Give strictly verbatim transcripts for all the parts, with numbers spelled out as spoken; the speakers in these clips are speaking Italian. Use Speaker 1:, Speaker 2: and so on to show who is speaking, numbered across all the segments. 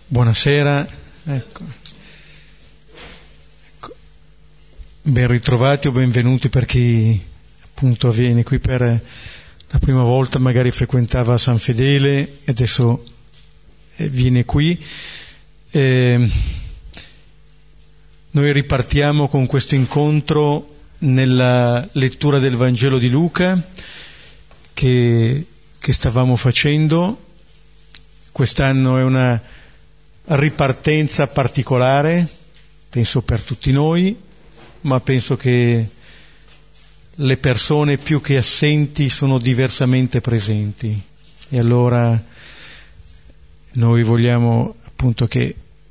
Speaker 1: Buonasera, ecco. Ecco. Ben ritrovati o benvenuti per chi appunto viene qui per la prima volta, magari frequentava San Fedele e adesso viene qui. E noi ripartiamo con questo incontro nella lettura del Vangelo di Luca che, che stavamo facendo. Quest'anno è una ripartenza particolare, penso per tutti noi, ma penso che le persone più che assenti sono diversamente presenti, e allora noi vogliamo appunto che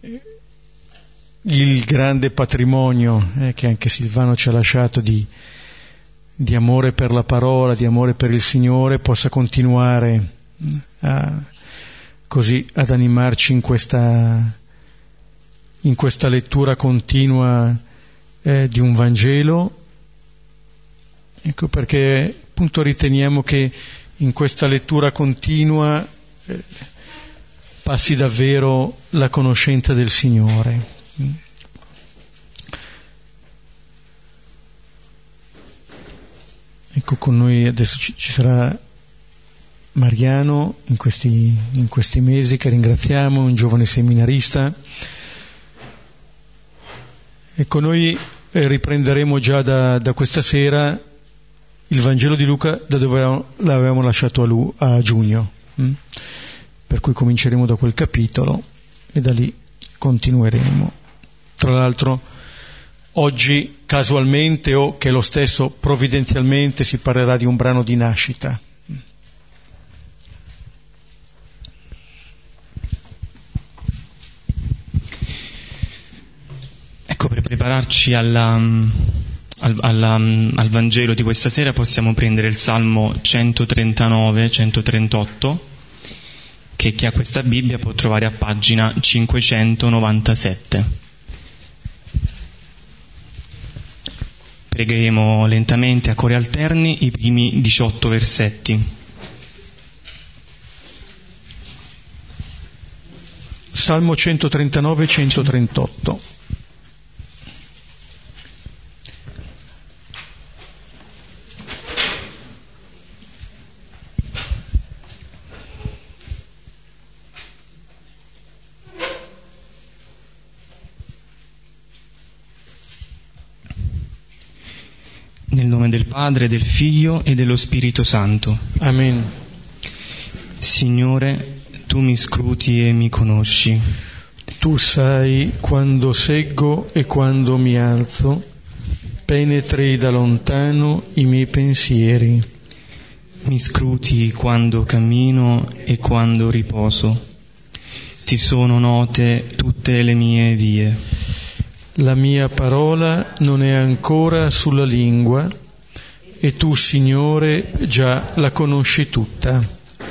Speaker 1: il grande patrimonio eh, che anche Silvano ci ha lasciato di, di amore per la parola, di amore per il Signore, possa continuare a così ad animarci in questa, in questa lettura continua eh, di un Vangelo. Ecco perché appunto riteniamo che in questa lettura continua eh, passi davvero la conoscenza del Signore. Ecco, con noi adesso ci, ci sarà Mariano in questi, in questi mesi, che ringraziamo, un giovane seminarista. Ecco, noi riprenderemo già da, da questa sera il Vangelo di Luca da dove l'avevamo lasciato a, lui, a giugno, hm? Per cui cominceremo da quel capitolo e da lì continueremo. Tra l'altro oggi casualmente, o che lo stesso provvidenzialmente, si parlerà di un brano di nascita.
Speaker 2: Ecco, per prepararci alla, al, alla, al Vangelo di questa sera possiamo prendere il Salmo centotrentanove centotrentotto, che chi ha questa Bibbia può trovare a pagina cinquecentonovantasette. Pregheremo lentamente a cori alterni i primi diciotto versetti.
Speaker 1: Salmo centotrentanove centotrentotto.
Speaker 2: Nel nome del Padre, del Figlio e dello Spirito Santo.
Speaker 1: Amen.
Speaker 2: Signore, tu mi scruti e mi conosci.
Speaker 1: Tu sai quando seggo e quando mi alzo, penetri da lontano i miei pensieri.
Speaker 2: Mi scruti quando cammino e quando riposo. Ti sono note tutte le mie vie.
Speaker 1: La mia parola non è ancora sulla lingua, e tu, Signore, già la conosci tutta.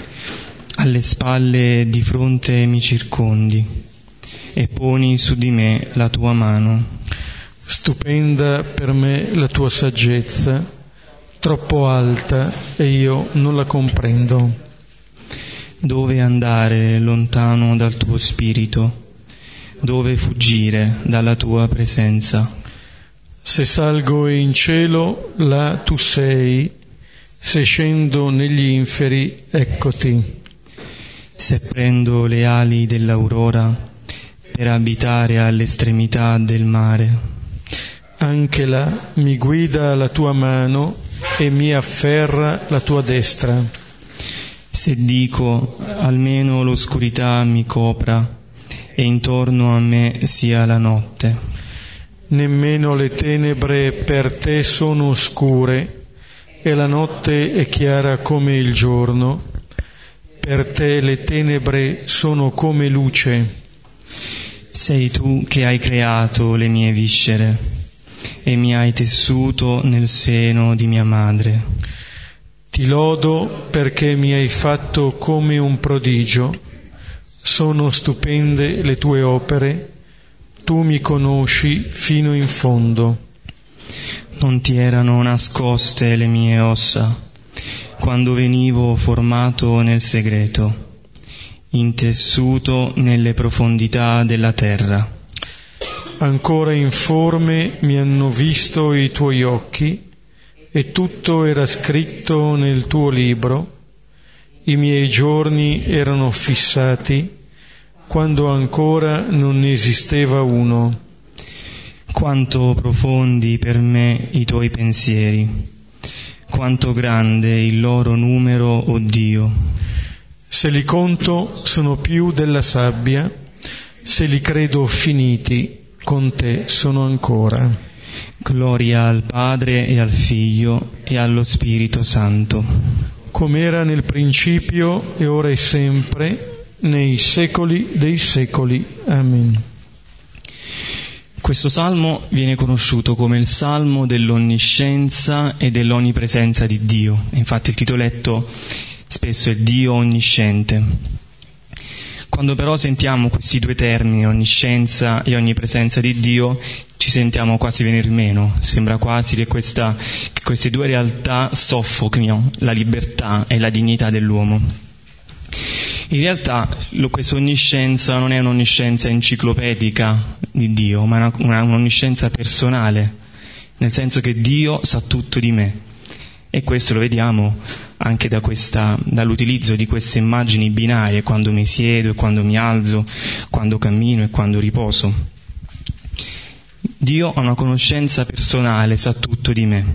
Speaker 2: Alle spalle e di fronte mi circondi, e poni su di me la tua mano.
Speaker 1: Stupenda per me la tua saggezza, troppo alta, e io non la comprendo.
Speaker 2: Dove andare lontano dal tuo spirito? Dove fuggire dalla tua presenza?
Speaker 1: Se salgo in cielo, là tu sei, se scendo negli inferi, eccoti.
Speaker 2: Se prendo le ali dell'aurora per abitare all'estremità del mare,
Speaker 1: anche là mi guida la tua mano e mi afferra la tua destra.
Speaker 2: Se dico almeno l'oscurità mi copra e intorno a me sia la notte,
Speaker 1: nemmeno le tenebre per te sono oscure, e la notte è chiara come il giorno. Per te le tenebre sono come luce.
Speaker 2: Sei tu che hai creato le mie viscere e mi hai tessuto nel seno di mia madre.
Speaker 1: Ti lodo perché mi hai fatto come un prodigio. Sono stupende le tue opere, tu mi conosci fino in fondo.
Speaker 2: Non ti erano nascoste le mie ossa, quando venivo formato nel segreto. intessuto nelle profondità della terra.
Speaker 1: Ancora informe mi hanno visto i tuoi occhi, e tutto era scritto nel tuo libro. I miei giorni erano fissati, quando ancora non ne esisteva uno.
Speaker 2: Quanto profondi per me i tuoi pensieri, quanto grande il loro numero, o Dio.
Speaker 1: Se li conto sono più della sabbia, se li credo finiti, con te sono ancora.
Speaker 2: Gloria al Padre e al Figlio e allo Spirito Santo.
Speaker 1: Come era nel principio e ora e sempre, nei secoli dei secoli. Amen.
Speaker 2: Questo salmo viene conosciuto come il salmo dell'onniscienza e dell'onnipresenza di Dio. Infatti il titoletto spesso è Dio onnisciente. Quando però sentiamo questi due termini, onniscienza e onnipresenza di Dio, ci sentiamo quasi venir meno. Sembra quasi che, questa, che queste due realtà soffochino la libertà e la dignità dell'uomo. In realtà lo, questa onniscienza non è un'onniscienza enciclopedica di Dio, ma una, una, un'onniscienza personale, nel senso che Dio sa tutto di me. E questo lo vediamo anche da questa, dall'utilizzo di queste immagini binarie, quando mi siedo e quando mi alzo, quando cammino e quando riposo. Dio ha una conoscenza personale, sa tutto di me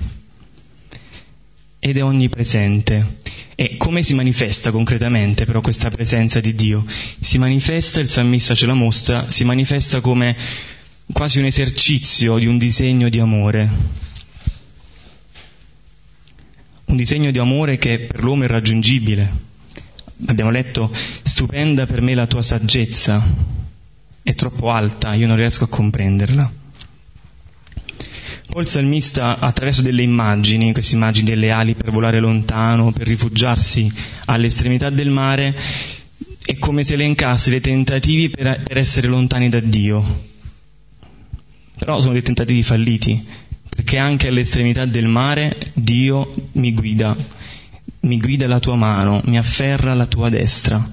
Speaker 2: ed è onnipresente. E come si manifesta concretamente però questa presenza di Dio? Si manifesta, il salmista ce la mostra, si manifesta come quasi un esercizio di un disegno di amore. Un disegno di amore che per l'uomo è raggiungibile. Abbiamo letto, stupenda per me la tua saggezza, è troppo alta, io non riesco a comprenderla. Poi il salmista, attraverso delle immagini, queste immagini delle ali per volare lontano, per rifugiarsi all'estremità del mare, è come se elencasse dei tentativi per, per essere lontani da Dio. Però sono dei tentativi falliti, perché anche all'estremità del mare Dio mi guida, mi guida la tua mano, mi afferra la tua destra.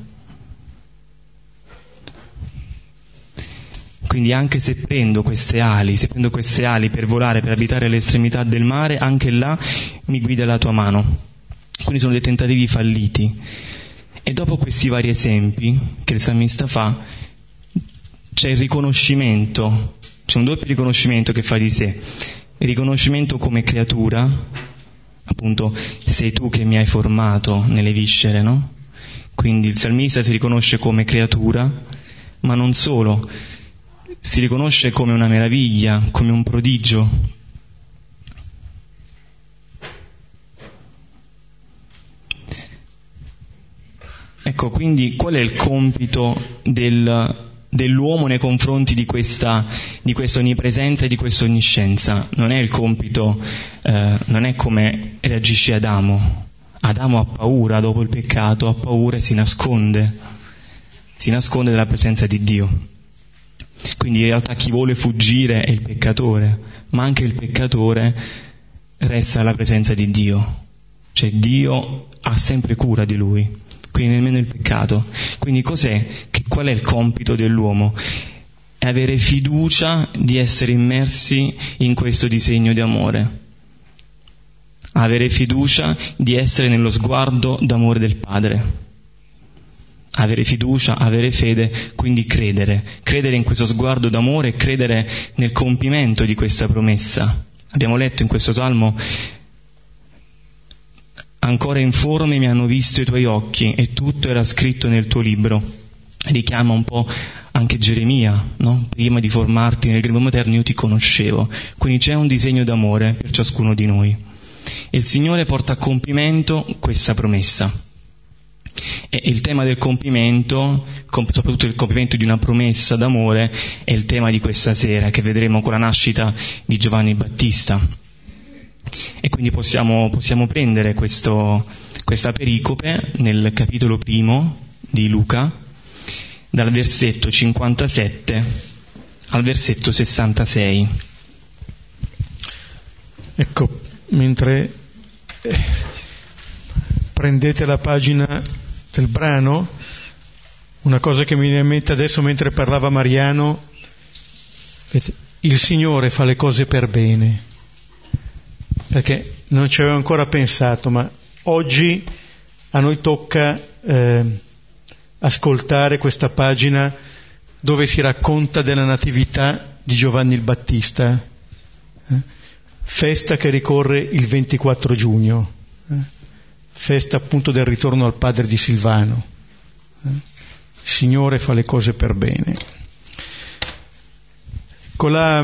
Speaker 2: Quindi anche se prendo queste ali, se prendo queste ali per volare, per abitare all'estremità del mare, anche là mi guida la tua mano. Quindi sono dei tentativi falliti. E dopo questi vari esempi che il salmista fa, c'è il riconoscimento, c'è un doppio riconoscimento che fa di sé. Il riconoscimento come creatura, appunto, sei tu che mi hai formato nelle viscere, no? Quindi il salmista si riconosce come creatura, ma non solo, si riconosce come una meraviglia, come un prodigio. Ecco, quindi qual è il compito del dell'uomo nei confronti di questa, di questa onnipresenza e di questa onniscienza? Non è il compito, eh, non è come reagisce Adamo. Adamo ha paura dopo il peccato, ha paura e si nasconde, si nasconde dalla presenza di Dio. Quindi in realtà chi vuole fuggire è il peccatore, ma anche il peccatore resta alla presenza di Dio. Cioè Dio ha sempre cura di lui. Quindi nemmeno il peccato. Quindi cos'è? Che, qual è il compito dell'uomo? È avere fiducia di essere immersi in questo disegno di amore. Avere fiducia di essere nello sguardo d'amore del Padre. Avere fiducia, avere fede, quindi credere. Credere in questo sguardo d'amore e credere nel compimento di questa promessa. Abbiamo letto in questo salmo: ancora informe mi hanno visto i tuoi occhi e tutto era scritto nel tuo libro. Richiama un po' anche Geremia, no? Prima di formarti nel grembo materno io ti conoscevo. Quindi c'è un disegno d'amore per ciascuno di noi. E il Signore porta a compimento questa promessa. E il tema del compimento, soprattutto il compimento di una promessa d'amore, è il tema di questa sera, che vedremo con la nascita di Giovanni Battista. E quindi possiamo, possiamo prendere questo, questa pericope nel capitolo primo di Luca, dal versetto cinquantasette al versetto sessantasei.
Speaker 1: Ecco, mentre eh, prendete la pagina del brano, una cosa che mi viene in mente adesso mentre parlava Mariano, il Signore fa le cose per bene, perché non ci avevo ancora pensato, ma oggi a noi tocca eh, ascoltare questa pagina dove si racconta della natività di Giovanni il Battista, eh? Festa che ricorre il ventiquattro giugno, eh? Festa appunto del ritorno al padre di Silvano. Eh? Il Signore fa le cose per bene. Con la,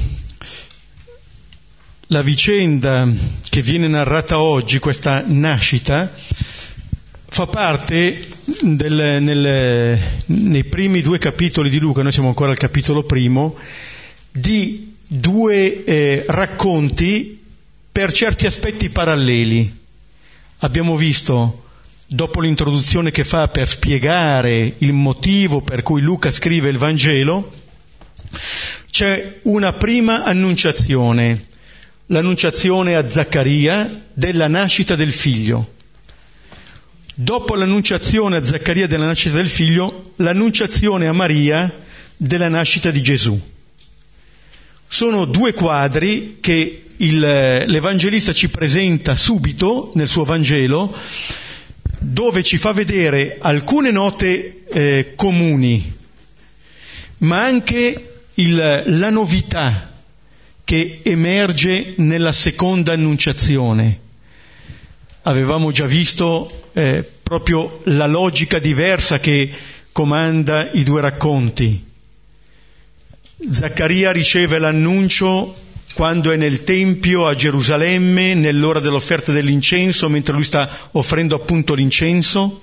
Speaker 1: la vicenda che viene narrata oggi, questa nascita, fa parte del, nel, nei primi due capitoli di Luca, noi siamo ancora al capitolo primo, di due eh, racconti per certi aspetti paralleli. Abbiamo visto, dopo l'introduzione che fa per spiegare il motivo per cui Luca scrive il Vangelo, c'è una prima annunciazione, l'annunciazione a Zaccaria della nascita del figlio. Dopo l'annunciazione a Zaccaria della nascita del figlio, l'annunciazione a Maria della nascita di Gesù. Sono due quadri che il, l'Evangelista ci presenta subito nel suo Vangelo, dove ci fa vedere alcune note eh, comuni, ma anche il, la novità che emerge nella seconda annunciazione. Avevamo già visto eh, proprio la logica diversa che comanda i due racconti. Zaccaria riceve l'annuncio quando è nel Tempio a Gerusalemme, nell'ora dell'offerta dell'incenso, mentre lui sta offrendo appunto l'incenso.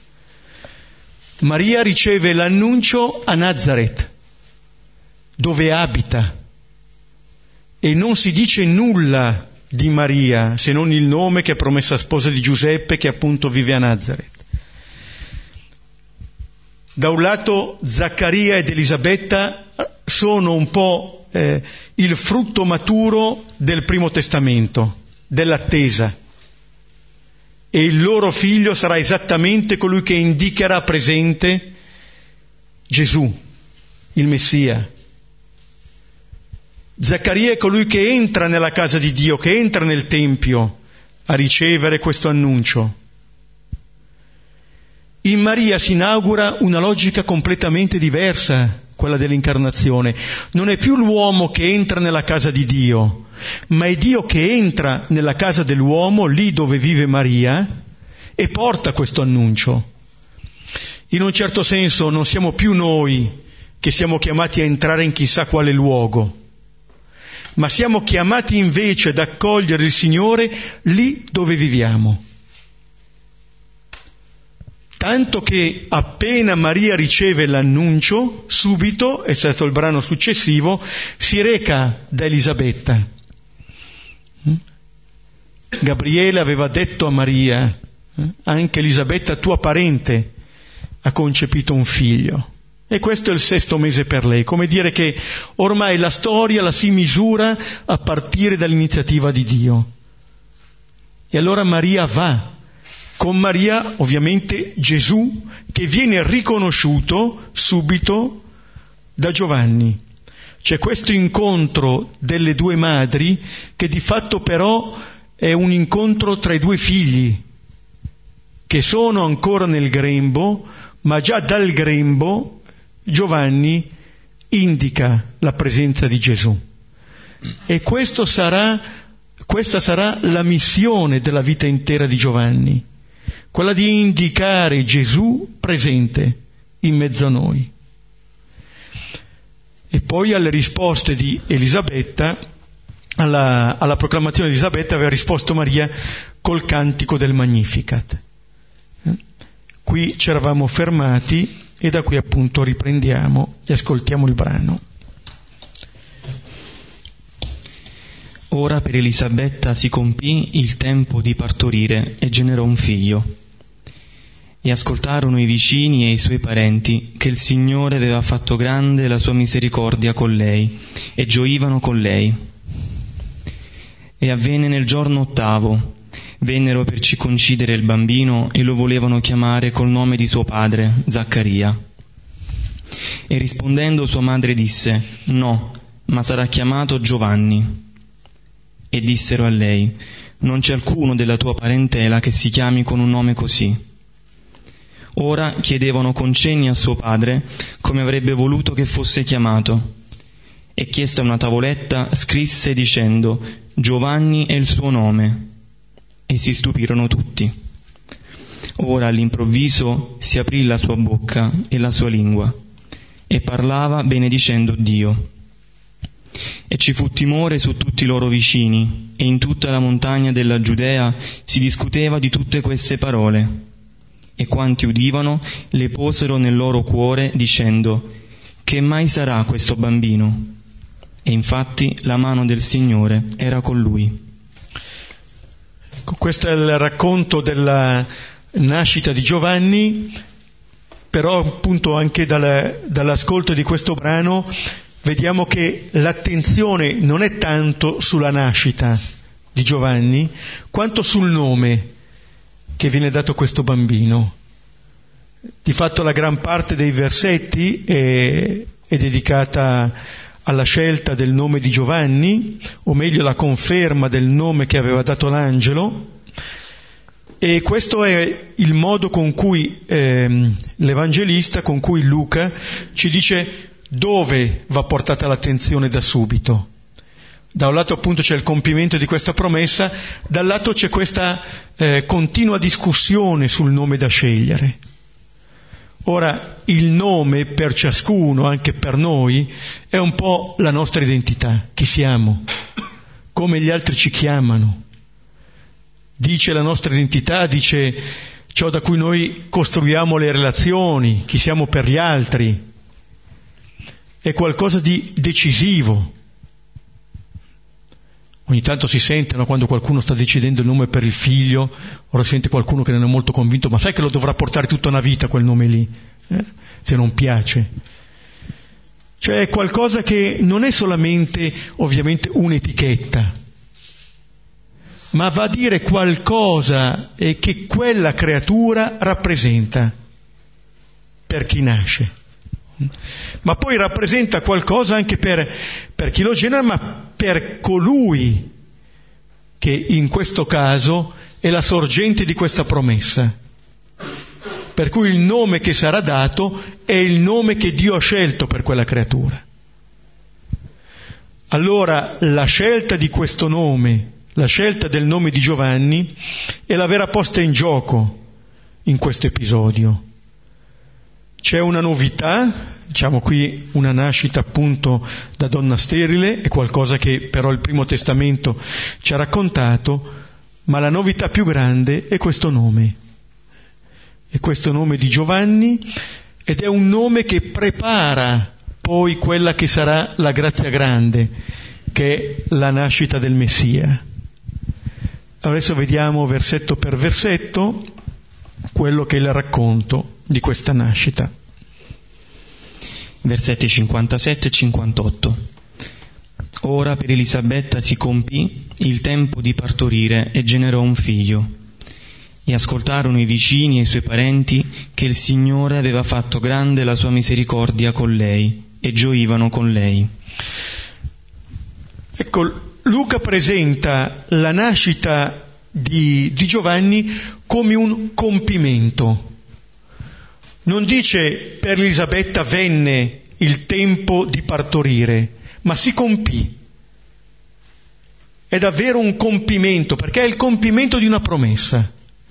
Speaker 1: Maria riceve l'annuncio a Nazaret, dove abita, e non si dice nulla di Maria, se non il nome che è promessa sposa di Giuseppe, che appunto vive a Nazaret. Da un lato Zaccaria ed Elisabetta sono un po' eh, il frutto maturo del Primo Testamento, dell'attesa, e il loro figlio sarà esattamente colui che indicherà presente Gesù, il Messia. Zaccaria è colui che entra nella casa di Dio, che entra nel Tempio a ricevere questo annuncio. In Maria si inaugura una logica completamente diversa, quella dell'incarnazione. Non è più l'uomo che entra nella casa di Dio, ma è Dio che entra nella casa dell'uomo, lì dove vive Maria, e porta questo annuncio. In un certo senso non siamo più noi che siamo chiamati a entrare in chissà quale luogo, ma siamo chiamati invece ad accogliere il Signore lì dove viviamo. Tanto che appena Maria riceve l'annuncio, subito, è stato il brano successivo, si reca da Elisabetta. Gabriele aveva detto a Maria, anche Elisabetta tua parente ha concepito un figlio. E questo è il sesto mese per lei, come dire che ormai la storia la si misura a partire dall'iniziativa di Dio. E allora Maria va, con Maria ovviamente Gesù, che viene riconosciuto subito da Giovanni. C'è questo incontro delle due madri che di fatto però è un incontro tra i due figli, che sono ancora nel grembo, ma già dal grembo Giovanni indica la presenza di Gesù. E questo sarà, questa sarà la missione della vita intera di Giovanni, quella di indicare Gesù presente in mezzo a noi. E poi alle risposte di Elisabetta, alla, alla proclamazione di Elisabetta aveva risposto Maria col cantico del Magnificat. Eh? Qui ci eravamo fermati e da qui appunto riprendiamo e ascoltiamo il brano.
Speaker 2: Ora per Elisabetta si compì il tempo di partorire e generò un figlio. E ascoltarono i vicini e i suoi parenti che il Signore aveva fatto grande la sua misericordia con lei, e gioivano con lei. E avvenne nel giorno ottavo. Vennero per circoncidere il bambino e lo volevano chiamare col nome di suo padre, Zaccaria. E rispondendo sua madre disse: no, ma sarà chiamato Giovanni. E dissero a lei: non c'è alcuno della tua parentela che si chiami con un nome così. Ora chiedevano con cenni a suo padre come avrebbe voluto che fosse chiamato. E chiesta una tavoletta, scrisse dicendo: Giovanni è il suo nome. E si stupirono tutti. Ora all'improvviso si aprì la sua bocca e la sua lingua, e parlava benedicendo Dio. E ci fu timore su tutti i loro vicini, e in tutta la montagna della Giudea si discuteva di tutte queste parole. E quanti udivano le posero nel loro cuore dicendo: che mai sarà questo bambino? E infatti la mano del Signore era con lui.
Speaker 1: Questo è il racconto della nascita di Giovanni, però appunto anche dal, dall'ascolto di questo brano vediamo che l'attenzione non è tanto sulla nascita di Giovanni quanto sul nome che viene dato a questo bambino. Di fatto la gran parte dei versetti è, è dedicata alla scelta del nome di Giovanni, o meglio la conferma del nome che aveva dato l'angelo, e questo è il modo con cui eh, l'Evangelista, con cui Luca ci dice dove va portata l'attenzione da subito. Da un lato appunto c'è il compimento di questa promessa, dal lato c'è questa eh, continua discussione sul nome da scegliere. Ora, il nome per ciascuno, anche per noi, è un po' la nostra identità, chi siamo, come gli altri ci chiamano. Dice la nostra identità, dice ciò da cui noi costruiamo le relazioni, chi siamo per gli altri. È qualcosa di decisivo. Ogni tanto si sente, no, quando qualcuno sta decidendo il nome per il figlio, ora sente qualcuno che non è molto convinto, ma sai che lo dovrà portare tutta una vita quel nome lì, eh? Se non piace. Cioè è qualcosa che non è solamente ovviamente un'etichetta, ma va a dire qualcosa eh, che quella creatura rappresenta per chi nasce. Ma poi rappresenta qualcosa anche per, per chi lo genera, ma per colui che in questo caso è la sorgente di questa promessa. Per cui il nome che sarà dato è il nome che Dio ha scelto per quella creatura. Allora la scelta di questo nome, la scelta del nome di Giovanni, è la vera posta in gioco in questo episodio. C'è una novità, diciamo qui una nascita appunto da donna sterile, è qualcosa che però il Primo Testamento ci ha raccontato, ma la novità più grande è questo nome. È questo nome di Giovanni, ed è un nome che prepara poi quella che sarà la grazia grande, che è la nascita del Messia. Adesso vediamo versetto per versetto quello che è il racconto di questa nascita.
Speaker 2: Versetti cinquantasette e cinquantotto. Ora per Elisabetta si compì il tempo di partorire e generò un figlio. E ascoltarono i vicini e i suoi parenti che il Signore aveva fatto grande la sua misericordia con lei, e gioivano con lei.
Speaker 1: Ecco, Luca presenta la nascita di, di Giovanni come un compimento. Non dice per Elisabetta venne il tempo di partorire, ma si compì. È davvero un compimento, perché è il compimento di una promessa.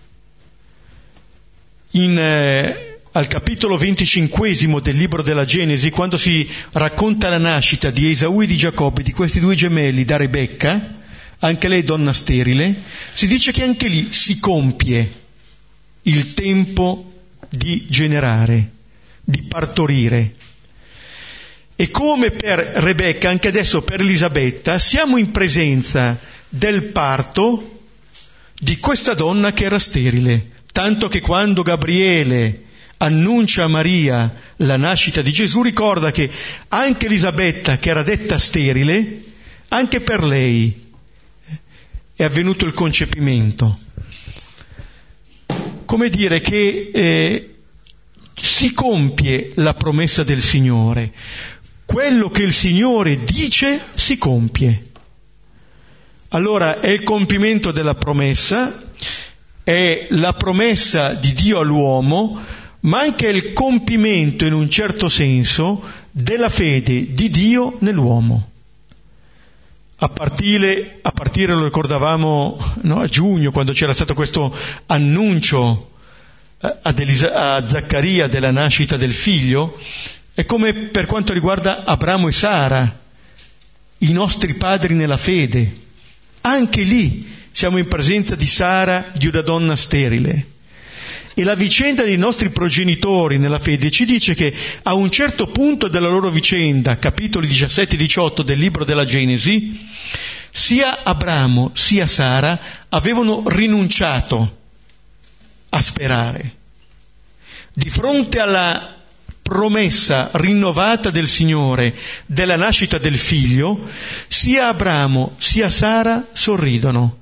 Speaker 1: In, eh, al capitolo venticinquesimo del libro della Genesi, quando si racconta la nascita di Esau e di Giacobbe, di questi due gemelli da Rebecca, anche lei donna sterile, si dice che anche lì si compie il tempo di generare, di partorire. E come per Rebecca, anche adesso per Elisabetta, siamo in presenza del parto di questa donna che era sterile, tanto che quando Gabriele annuncia a Maria la nascita di Gesù, ricorda che anche Elisabetta, che era detta sterile, anche per lei è avvenuto il concepimento. Come dire che eh, si compie la promessa del Signore. Quello che il Signore dice si compie. Allora è il compimento della promessa, è la promessa di Dio all'uomo, ma anche il compimento in un certo senso della fede di Dio nell'uomo. A partire, a partire lo ricordavamo, no, a giugno, quando c'era stato questo annuncio ad Elisa, a Zaccaria della nascita del figlio, è come per quanto riguarda Abramo e Sara, i nostri padri nella fede. Anche lì siamo in presenza di Sara, di una donna sterile. E la vicenda dei nostri progenitori nella fede ci dice che a un certo punto della loro vicenda, capitoli diciassette e diciotto del libro della Genesi, sia Abramo sia Sara avevano rinunciato a sperare. Di fronte alla promessa rinnovata del Signore della nascita del figlio, sia Abramo sia Sara sorridono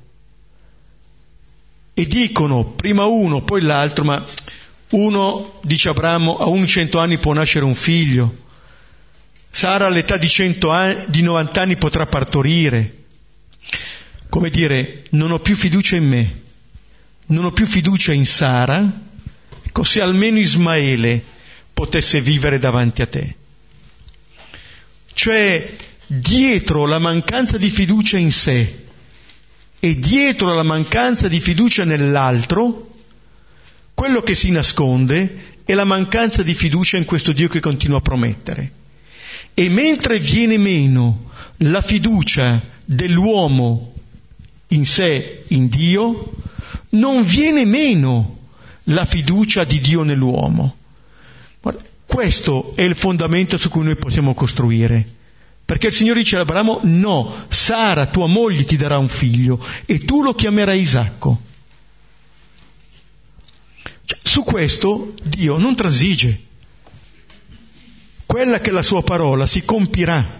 Speaker 1: e dicono, prima uno poi l'altro, ma uno, dice Abramo, a un cento anni può nascere un figlio, Sara all'età di, cento anni, di novanta anni potrà partorire. Come dire, non ho più fiducia in me, non ho più fiducia in Sara, ecco, se almeno Ismaele potesse vivere davanti a te. Cioè, dietro la mancanza di fiducia in sé e dietro la mancanza di fiducia nell'altro, quello che si nasconde è la mancanza di fiducia in questo Dio che continua a promettere. E mentre viene meno la fiducia dell'uomo in sé, in Dio, non viene meno la fiducia di Dio nell'uomo. Guarda, questo è il fondamento su cui noi possiamo costruire. Perché il Signore dice ad Abramo, no, Sara, tua moglie, ti darà un figlio e tu lo chiamerai Isacco. Cioè, su questo Dio non transige. Quella che è la sua parola si compirà.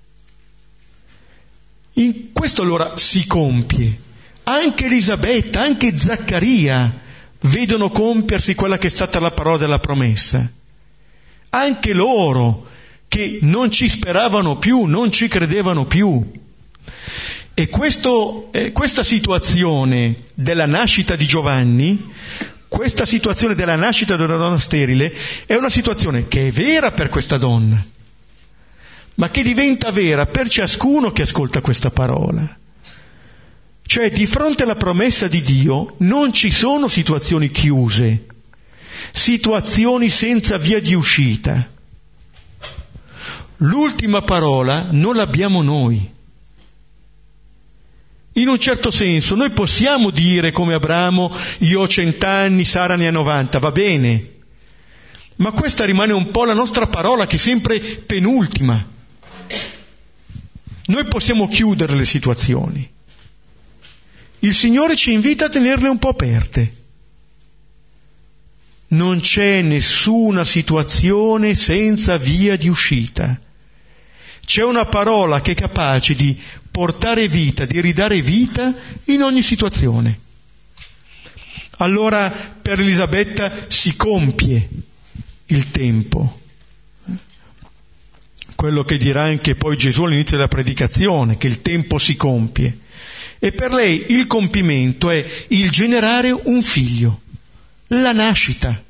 Speaker 1: In questo allora si compie. Anche Elisabetta, anche Zaccaria vedono compiersi quella che è stata la parola della promessa. Anche loro che non ci speravano più, non ci credevano più. E questo, eh, questa situazione della nascita di Giovanni, questa situazione della nascita di una donna sterile, è una situazione che è vera per questa donna, ma che diventa vera per ciascuno che ascolta questa parola. Cioè, di fronte alla promessa di Dio non ci sono situazioni chiuse, situazioni senza via di uscita. L'ultima parola non l'abbiamo noi. In un certo senso noi possiamo dire come Abramo, io ho cent'anni, Sara ne ha novanta, va bene, ma questa rimane un po' la nostra parola che è sempre penultima. Noi possiamo chiudere le situazioni. Il Signore ci invita a tenerle un po' aperte. Non c'è nessuna situazione senza via di uscita. C'è una parola che è capace di portare vita, di ridare vita in ogni situazione. Allora per Elisabetta si compie il tempo. Quello che dirà anche poi Gesù all'inizio della predicazione, che il tempo si compie. E per lei il compimento è il generare un figlio, la nascita.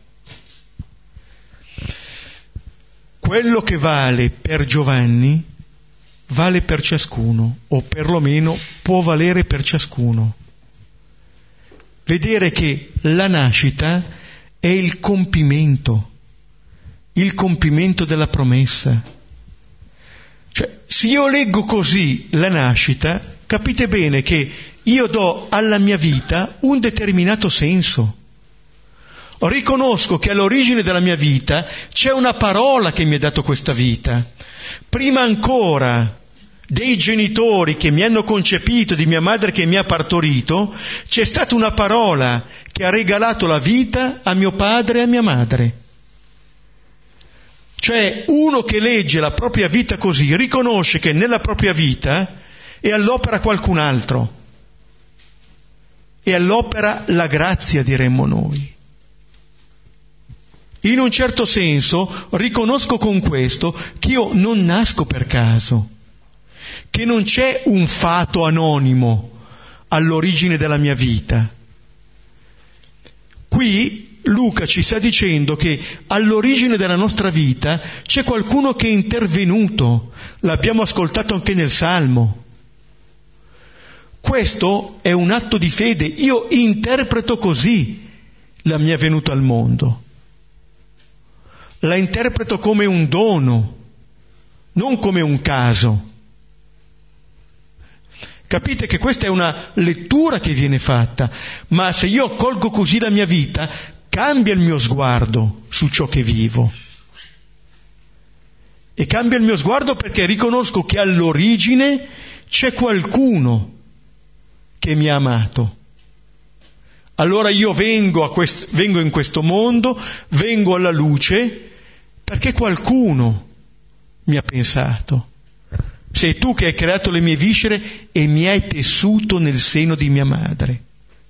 Speaker 1: Quello che vale per Giovanni vale per ciascuno, o perlomeno può valere per ciascuno. Vedere che la nascita è il compimento, il compimento della promessa. Cioè, se io leggo così la nascita, capite bene che io do alla mia vita un determinato senso. Riconosco che all'origine della mia vita c'è una parola che mi ha dato questa vita. Prima ancora dei genitori che mi hanno concepito, di mia madre che mi ha partorito, c'è stata una parola che ha regalato la vita a mio padre e a mia madre. Cioè, uno che legge la propria vita così riconosce che nella propria vita è all'opera qualcun altro. È all'opera la grazia, diremmo noi. In un certo senso riconosco con questo che io non nasco per caso, che non c'è un fato anonimo all'origine della mia vita. Qui Luca ci sta dicendo che all'origine della nostra vita c'è qualcuno che è intervenuto, l'abbiamo ascoltato anche nel Salmo. Questo è un atto di fede, io interpreto così la mia venuta al mondo. La interpreto come un dono, non come un caso. Capite che questa è una lettura che viene fatta, ma se io accolgo così la mia vita, cambia il mio sguardo su ciò che vivo. E cambia il mio sguardo perché riconosco che all'origine c'è qualcuno che mi ha amato. Allora io vengo, a quest- vengo in questo mondo, vengo alla luce, perché qualcuno mi ha pensato. Sei tu che hai creato le mie viscere e mi hai tessuto nel seno di mia madre.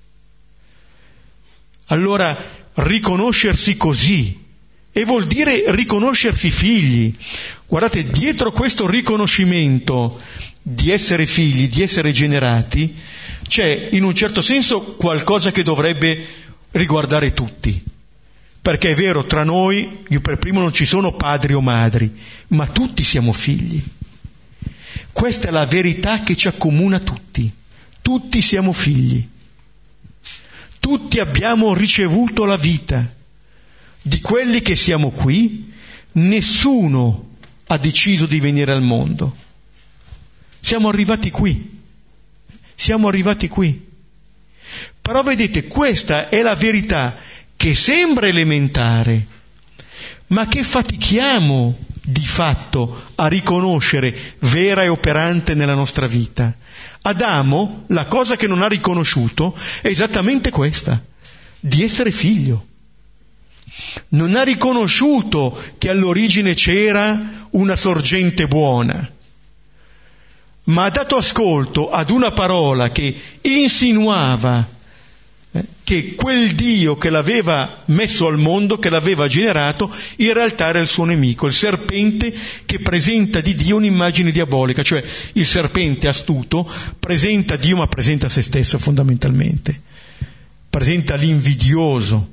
Speaker 1: Allora riconoscersi così, e vuol dire riconoscersi figli. Guardate, dietro questo riconoscimento di essere figli, di essere generati, c'è in un certo senso qualcosa che dovrebbe riguardare tutti. Perché è vero, tra noi, io per primo non ci sono padri o madri, ma tutti siamo figli. Questa è la verità che ci accomuna tutti. Tutti siamo figli. Tutti abbiamo ricevuto la vita. Di quelli che siamo qui, nessuno ha deciso di venire al mondo. Siamo arrivati qui. Siamo arrivati qui. Però vedete, questa è la verità che sembra elementare, ma che fatichiamo di fatto a riconoscere vera e operante nella nostra vita. Adamo, la cosa che non ha riconosciuto è esattamente questa, di essere figlio. Non ha riconosciuto che all'origine c'era una sorgente buona, ma ha dato ascolto ad una parola che insinuava eh, che quel Dio che l'aveva messo al mondo, che l'aveva generato, in realtà era il suo nemico, il serpente che presenta di Dio un'immagine diabolica, cioè il serpente astuto presenta Dio ma presenta se stesso fondamentalmente, presenta l'invidioso,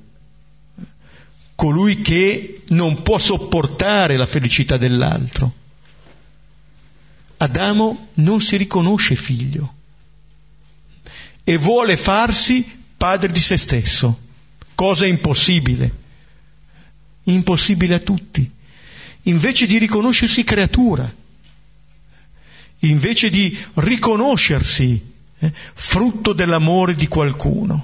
Speaker 1: colui che non può sopportare la felicità dell'altro. Adamo non si riconosce figlio e vuole farsi padre di se stesso, cosa impossibile, impossibile a tutti, invece di riconoscersi creatura, invece di riconoscersi eh, frutto dell'amore di qualcuno.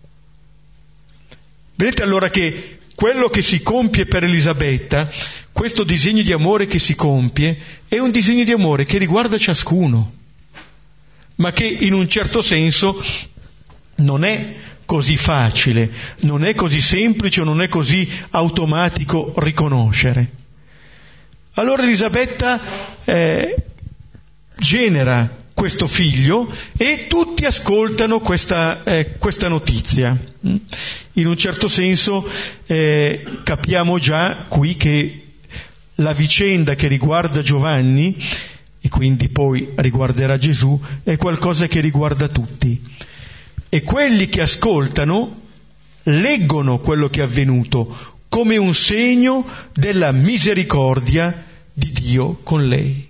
Speaker 1: Vedete allora che quello che si compie per Elisabetta, questo disegno di amore che si compie, è un disegno di amore che riguarda ciascuno, ma che in un certo senso non è così facile, non è così semplice, non è così automatico riconoscere. Allora Elisabetta eh, genera questo figlio e tutti ascoltano questa, eh, questa notizia. In un certo senso eh, capiamo già qui che la vicenda che riguarda Giovanni e quindi poi riguarderà Gesù è qualcosa che riguarda tutti. E quelli che ascoltano leggono quello che è avvenuto come un segno della misericordia di Dio con lei.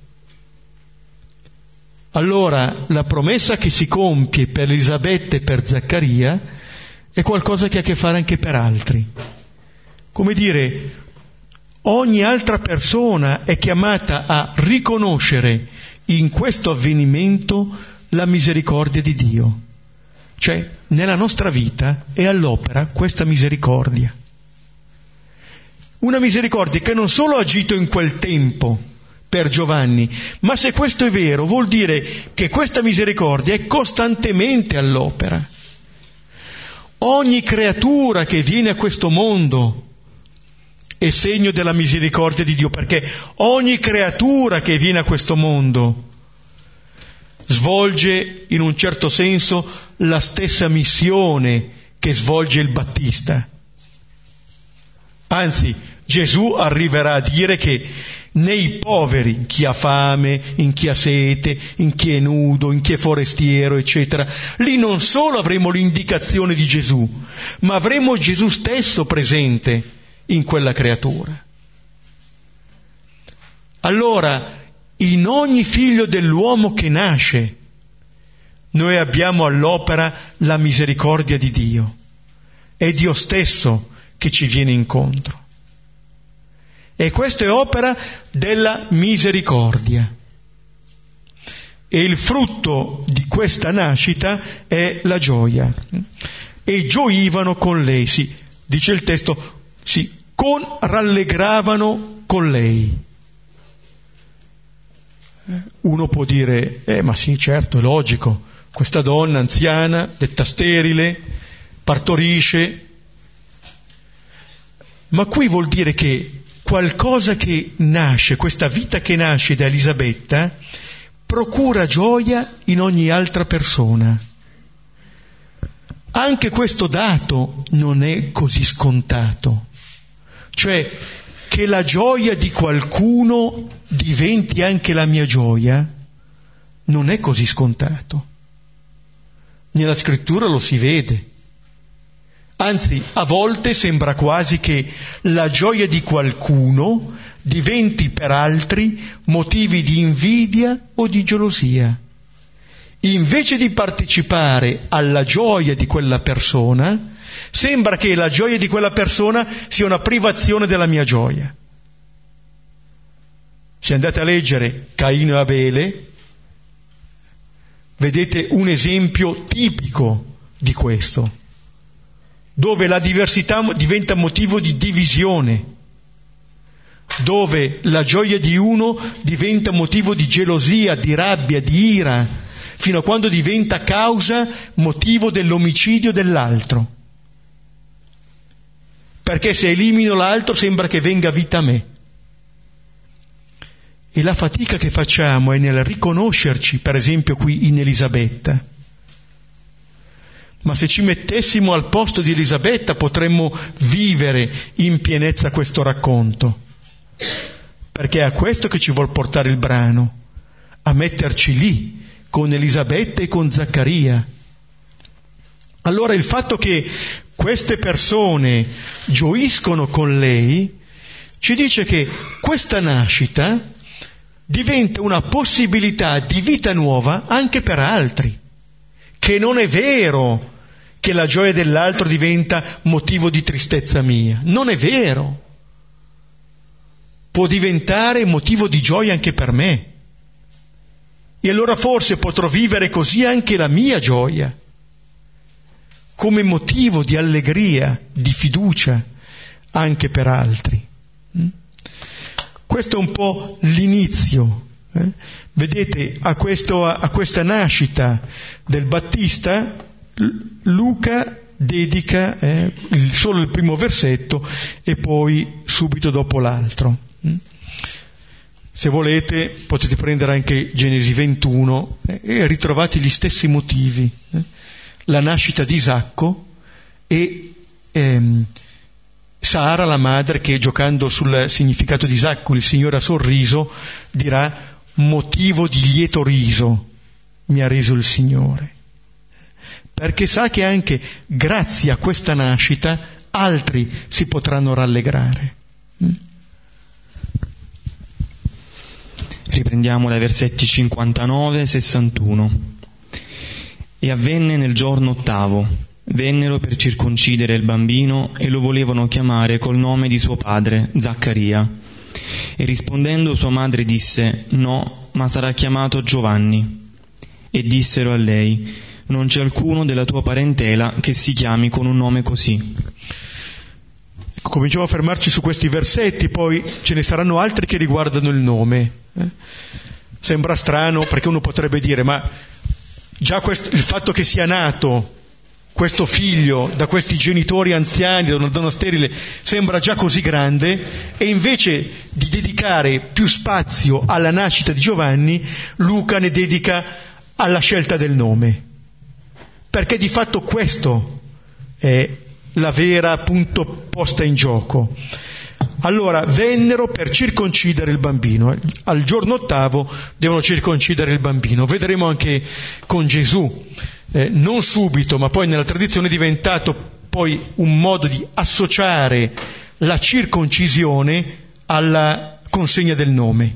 Speaker 1: Allora la promessa che si compie per Elisabetta e per Zaccaria è qualcosa che ha a che fare anche per altri. Come dire, ogni altra persona è chiamata a riconoscere in questo avvenimento la misericordia di Dio. Cioè, nella nostra vita è all'opera questa misericordia. Una misericordia che non solo ha agito in quel tempo per Giovanni, ma se questo è vero vuol dire che questa misericordia è costantemente all'opera. Ogni creatura che viene a questo mondo è segno della misericordia di Dio, perché ogni creatura che viene a questo mondo svolge in un certo senso la stessa missione che svolge il Battista. Anzi, Gesù arriverà a dire che nei poveri, in chi ha fame, in chi ha sete, in chi è nudo, in chi è forestiero, eccetera, lì non solo avremo l'indicazione di Gesù, ma avremo Gesù stesso presente in quella creatura. Allora, in ogni figlio dell'uomo che nasce, noi abbiamo all'opera la misericordia di Dio. È Dio stesso che ci viene incontro. E questa è opera della misericordia. E il frutto di questa nascita è la gioia. E gioivano con lei, sì, dice il testo, sì, con rallegravano con lei. Uno può dire, eh ma sì, certo, è logico, questa donna anziana, detta sterile, partorisce. Ma qui vuol dire che qualcosa che nasce, questa vita che nasce da Elisabetta, procura gioia in ogni altra persona. Anche questo dato non è così scontato, cioè che la gioia di qualcuno diventi anche la mia gioia, non è così scontato. Nella scrittura lo si vede. Anzi, a volte sembra quasi che la gioia di qualcuno diventi per altri motivi di invidia o di gelosia. Invece di partecipare alla gioia di quella persona, sembra che la gioia di quella persona sia una privazione della mia gioia. Se andate a leggere Caino e Abele, vedete un esempio tipico di questo, dove la diversità diventa motivo di divisione, dove la gioia di uno diventa motivo di gelosia, di rabbia, di ira, fino a quando diventa causa, motivo dell'omicidio dell'altro. Perché se elimino l'altro sembra che venga vita a me. E la fatica che facciamo è nel riconoscerci, per esempio qui in Elisabetta. Ma se ci mettessimo al posto di Elisabetta potremmo vivere in pienezza questo racconto. Perché è a questo che ci vuol portare il brano, a metterci lì, con Elisabetta e con Zaccaria. Allora il fatto che queste persone gioiscono con lei ci dice che questa nascita diventa una possibilità di vita nuova anche per altri, che non è vero che la gioia dell'altro diventa motivo di tristezza mia, non è vero, può diventare motivo di gioia anche per me, e allora forse potrò vivere così anche la mia gioia, come motivo di allegria, di fiducia anche per altri. Questo è un po' l'inizio. Eh? Vedete, a, questo, a questa nascita del Battista, Luca dedica eh, il, solo il primo versetto e poi subito dopo l'altro. Se volete potete prendere anche Genesi ventuno eh, e ritrovate gli stessi motivi. Eh? La nascita di Isacco e ehm, Sara, la madre, che giocando sul significato di Isacco, il Signore ha sorriso, dirà: motivo di lieto riso mi ha reso il Signore. Perché sa che anche grazie a questa nascita altri si potranno rallegrare.
Speaker 2: Riprendiamo dai versetti cinquantanove sessantuno. E avvenne nel giorno ottavo, vennero per circoncidere il bambino e lo volevano chiamare col nome di suo padre, Zaccaria. E rispondendo sua madre disse: no, ma sarà chiamato Giovanni. E dissero a lei: non c'è alcuno della tua parentela che si chiami con un nome così.
Speaker 1: Cominciamo a fermarci su questi versetti, poi ce ne saranno altri che riguardano il nome. Eh? Sembra strano, perché uno potrebbe dire: ma già questo, il fatto che sia nato questo figlio da questi genitori anziani, da una donna sterile, sembra già così grande, e invece di dedicare più spazio alla nascita di Giovanni, Luca ne dedica alla scelta del nome, perché di fatto questo è la vera appunto posta in gioco. Allora vennero per circoncidere il bambino. Al giorno ottavo devono circoncidere il bambino. Vedremo anche con Gesù, eh, non subito, ma poi nella tradizione è diventato poi un modo di associare la circoncisione alla consegna del nome.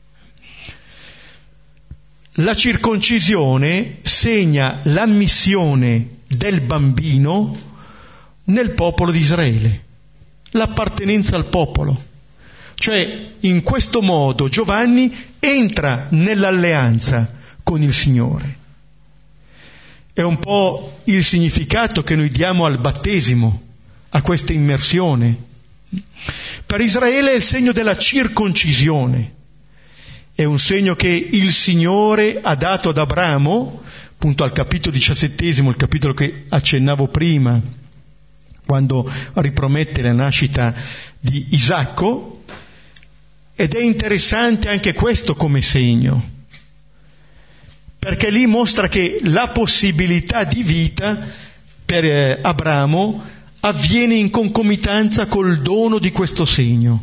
Speaker 1: La circoncisione segna l'ammissione del bambino nel popolo di Israele, l'appartenenza al popolo. Cioè, in questo modo Giovanni entra nell'alleanza con il Signore. È un po' il significato che noi diamo al battesimo, a questa immersione. Per Israele è il segno della circoncisione. È un segno che il Signore ha dato ad Abramo, appunto al capitolo diciassettesimo, il capitolo che accennavo prima, quando ripromette la nascita di Isacco, ed è interessante anche questo come segno, perché lì mostra che la possibilità di vita per Abramo avviene in concomitanza col dono di questo segno.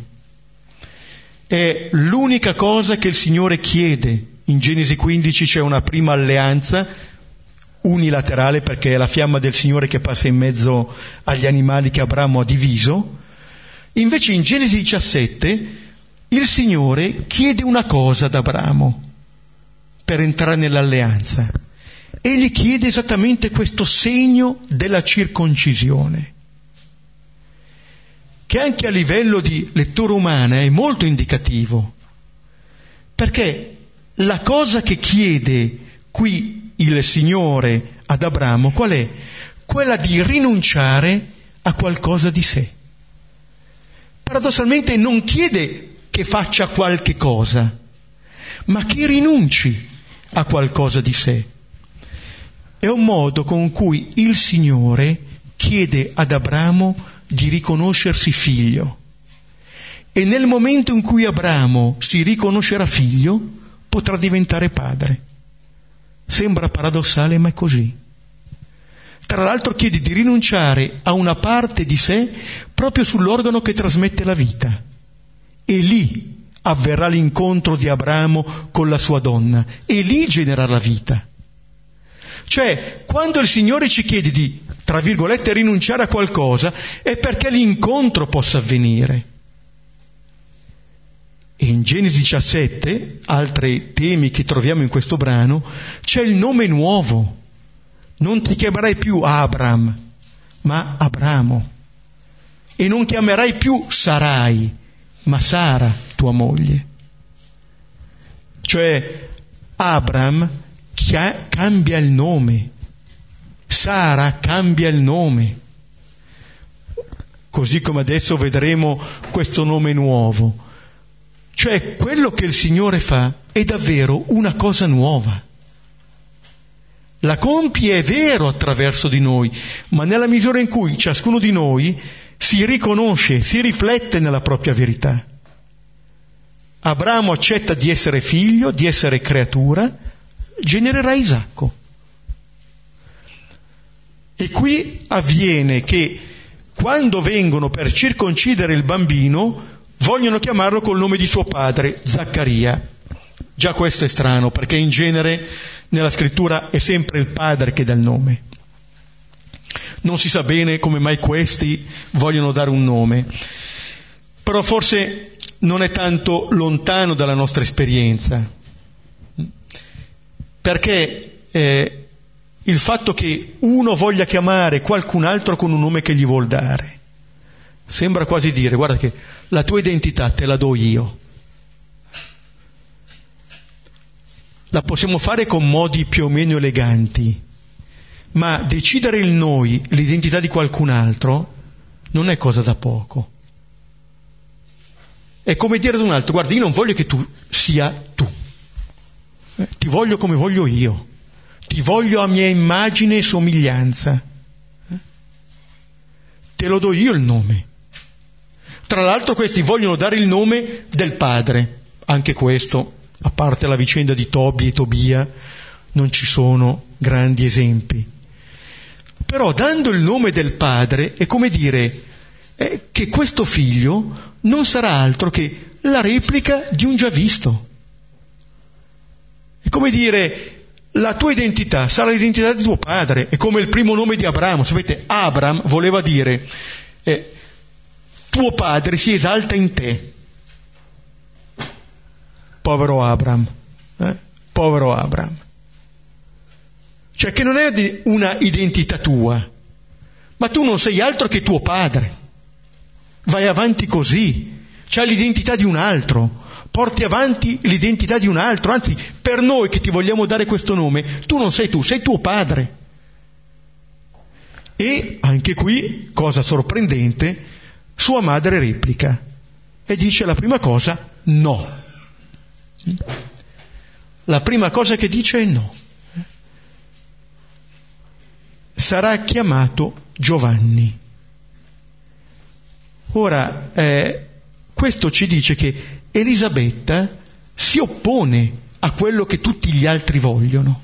Speaker 1: È l'unica cosa che il Signore chiede. In Genesi quindici c'è una prima alleanza unilaterale, perché è la fiamma del Signore che passa in mezzo agli animali che Abramo ha diviso. Invece in Genesi diciassette il Signore chiede una cosa ad Abramo per entrare nell'alleanza, e gli chiede esattamente questo segno della circoncisione, che anche a livello di lettura umana è molto indicativo, perché la cosa che chiede qui il Signore ad Abramo qual è? Quella di rinunciare a qualcosa di sé. Paradossalmente non chiede che faccia qualche cosa, ma che rinunci a qualcosa di sé. È un modo con cui il Signore chiede ad Abramo di riconoscersi figlio, e nel momento in cui Abramo si riconoscerà figlio potrà diventare padre. Sembra paradossale, ma è così. Tra l'altro chiede di rinunciare a una parte di sé proprio sull'organo che trasmette la vita, e lì avverrà l'incontro di Abramo con la sua donna, e lì genererà la vita. Cioè, quando il Signore ci chiede di, tra virgolette, rinunciare a qualcosa, è perché l'incontro possa avvenire. E in Genesi diciassette, altri temi che troviamo in questo brano, c'è il nome nuovo. Non ti chiamerai più Abram, ma Abramo. E non chiamerai più Sarai, ma Sara, tua moglie. Cioè, Abram chia- cambia il nome, Sara cambia il nome, così come adesso vedremo questo nome nuovo. Cioè, quello che il Signore fa è davvero una cosa nuova. La compie, è vero, attraverso di noi, ma nella misura in cui ciascuno di noi si riconosce, si riflette nella propria verità. Abramo accetta di essere figlio, di essere creatura, genererà Isacco. E qui avviene che quando vengono per circoncidere il bambino vogliono chiamarlo col nome di suo padre, Zaccaria. Già questo è strano, perché in genere nella scrittura è sempre il padre che dà il nome. Non si sa bene come mai questi vogliono dare un nome, però forse non è tanto lontano dalla nostra esperienza, perché eh, il fatto che uno voglia chiamare qualcun altro con un nome che gli vuol dare sembra quasi dire: guarda che la tua identità te la do io. La possiamo fare con modi più o meno eleganti, ma decidere il noi, l'identità di qualcun altro, non è cosa da poco. È come dire ad un altro: guarda, io non voglio che tu sia tu, eh, ti voglio come voglio io, ti voglio a mia immagine e somiglianza, eh? Te lo do io il nome. Tra l'altro questi vogliono dare il nome del padre. Anche questo, a parte la vicenda di Tobi e Tobia, non ci sono grandi esempi. Però dando il nome del padre è come dire: è che questo figlio non sarà altro che la replica di un già visto. È come dire, la tua identità sarà l'identità di tuo padre, è come il primo nome di Abramo. Sapete, Abram voleva dire eh, tuo padre si esalta in te. Povero Abram, eh? povero Abram. Cioè che non è una identità tua, ma tu non sei altro che tuo padre. Vai avanti così, c'hai l'identità di un altro, porti avanti l'identità di un altro, anzi per noi che ti vogliamo dare questo nome, tu non sei tu, sei tuo padre. E anche qui, cosa sorprendente, sua madre replica e dice la prima cosa, no. La prima cosa che dice è no. Sarà chiamato Giovanni. Ora, eh, questo ci dice che Elisabetta si oppone a quello che tutti gli altri vogliono.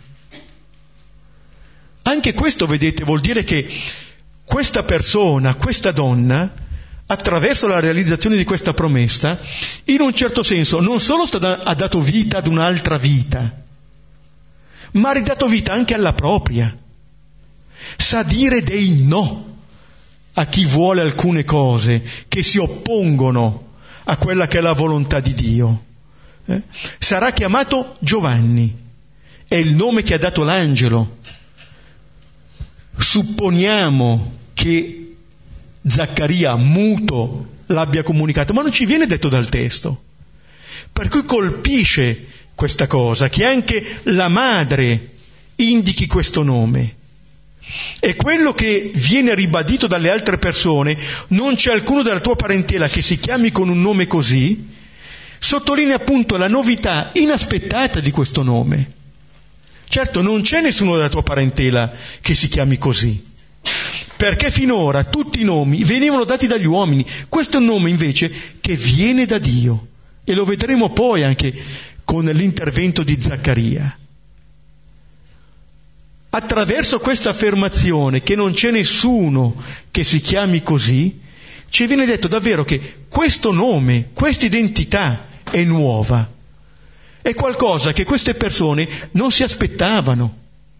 Speaker 1: Anche questo, vedete, vuol dire che questa persona, questa donna, attraverso la realizzazione di questa promessa, in un certo senso non solo sta da, ha dato vita ad un'altra vita, ma ha ridato vita anche alla propria. Sa dire dei no a chi vuole alcune cose che si oppongono a quella che è la volontà di Dio. Eh? Sarà chiamato Giovanni, è il nome che ha dato l'angelo. Supponiamo che Zaccaria, muto, l'abbia comunicato, ma non ci viene detto dal testo. Per cui colpisce questa cosa, che anche la madre indichi questo nome. E quello che viene ribadito dalle altre persone, non c'è alcuno della tua parentela che si chiami con un nome così, sottolinea appunto la novità inaspettata di questo nome. Certo, non c'è nessuno della tua parentela che si chiami così, perché finora tutti i nomi venivano dati dagli uomini. Questo è un nome invece che viene da Dio, e lo vedremo poi anche con l'intervento di Zaccaria. Attraverso questa affermazione che non c'è nessuno che si chiami così, ci viene detto davvero che questo nome, questa identità è nuova, è qualcosa che queste persone non si aspettavano.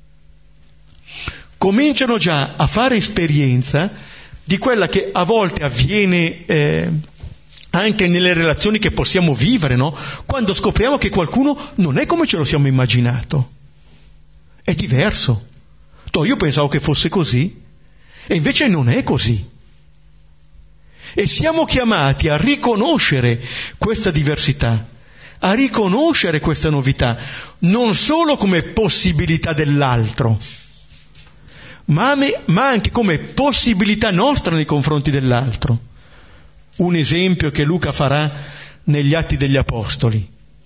Speaker 1: Cominciano già a fare esperienza di quella che a volte avviene eh, anche nelle relazioni che possiamo vivere, no? Quando scopriamo che qualcuno non è come ce lo siamo immaginato. È diverso. Io pensavo che fosse così, e invece non è così. E siamo chiamati a riconoscere questa diversità, a riconoscere questa novità, non solo come possibilità dell'altro, ma, ma anche come possibilità nostra nei confronti dell'altro. Un esempio che Luca farà negli Atti degli Apostoli.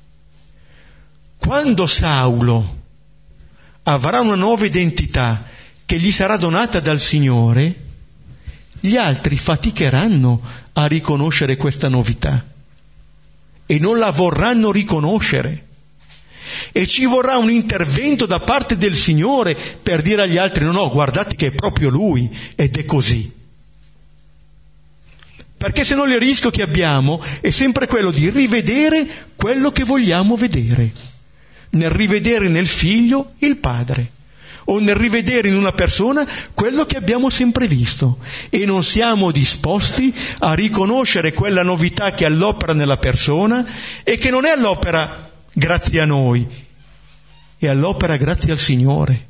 Speaker 1: Quando Saulo avrà una nuova identità che gli sarà donata dal Signore, gli altri faticheranno a riconoscere questa novità e non la vorranno riconoscere. E ci vorrà un intervento da parte del Signore per dire agli altri: no, no, guardate che è proprio Lui ed è così. Perché se no il rischio che abbiamo è sempre quello di rivedere quello che vogliamo vedere. Nel rivedere nel figlio il padre, o nel rivedere in una persona quello che abbiamo sempre visto, e non siamo disposti a riconoscere quella novità che è all'opera nella persona e che non è all'opera grazie a noi, è all'opera grazie al Signore.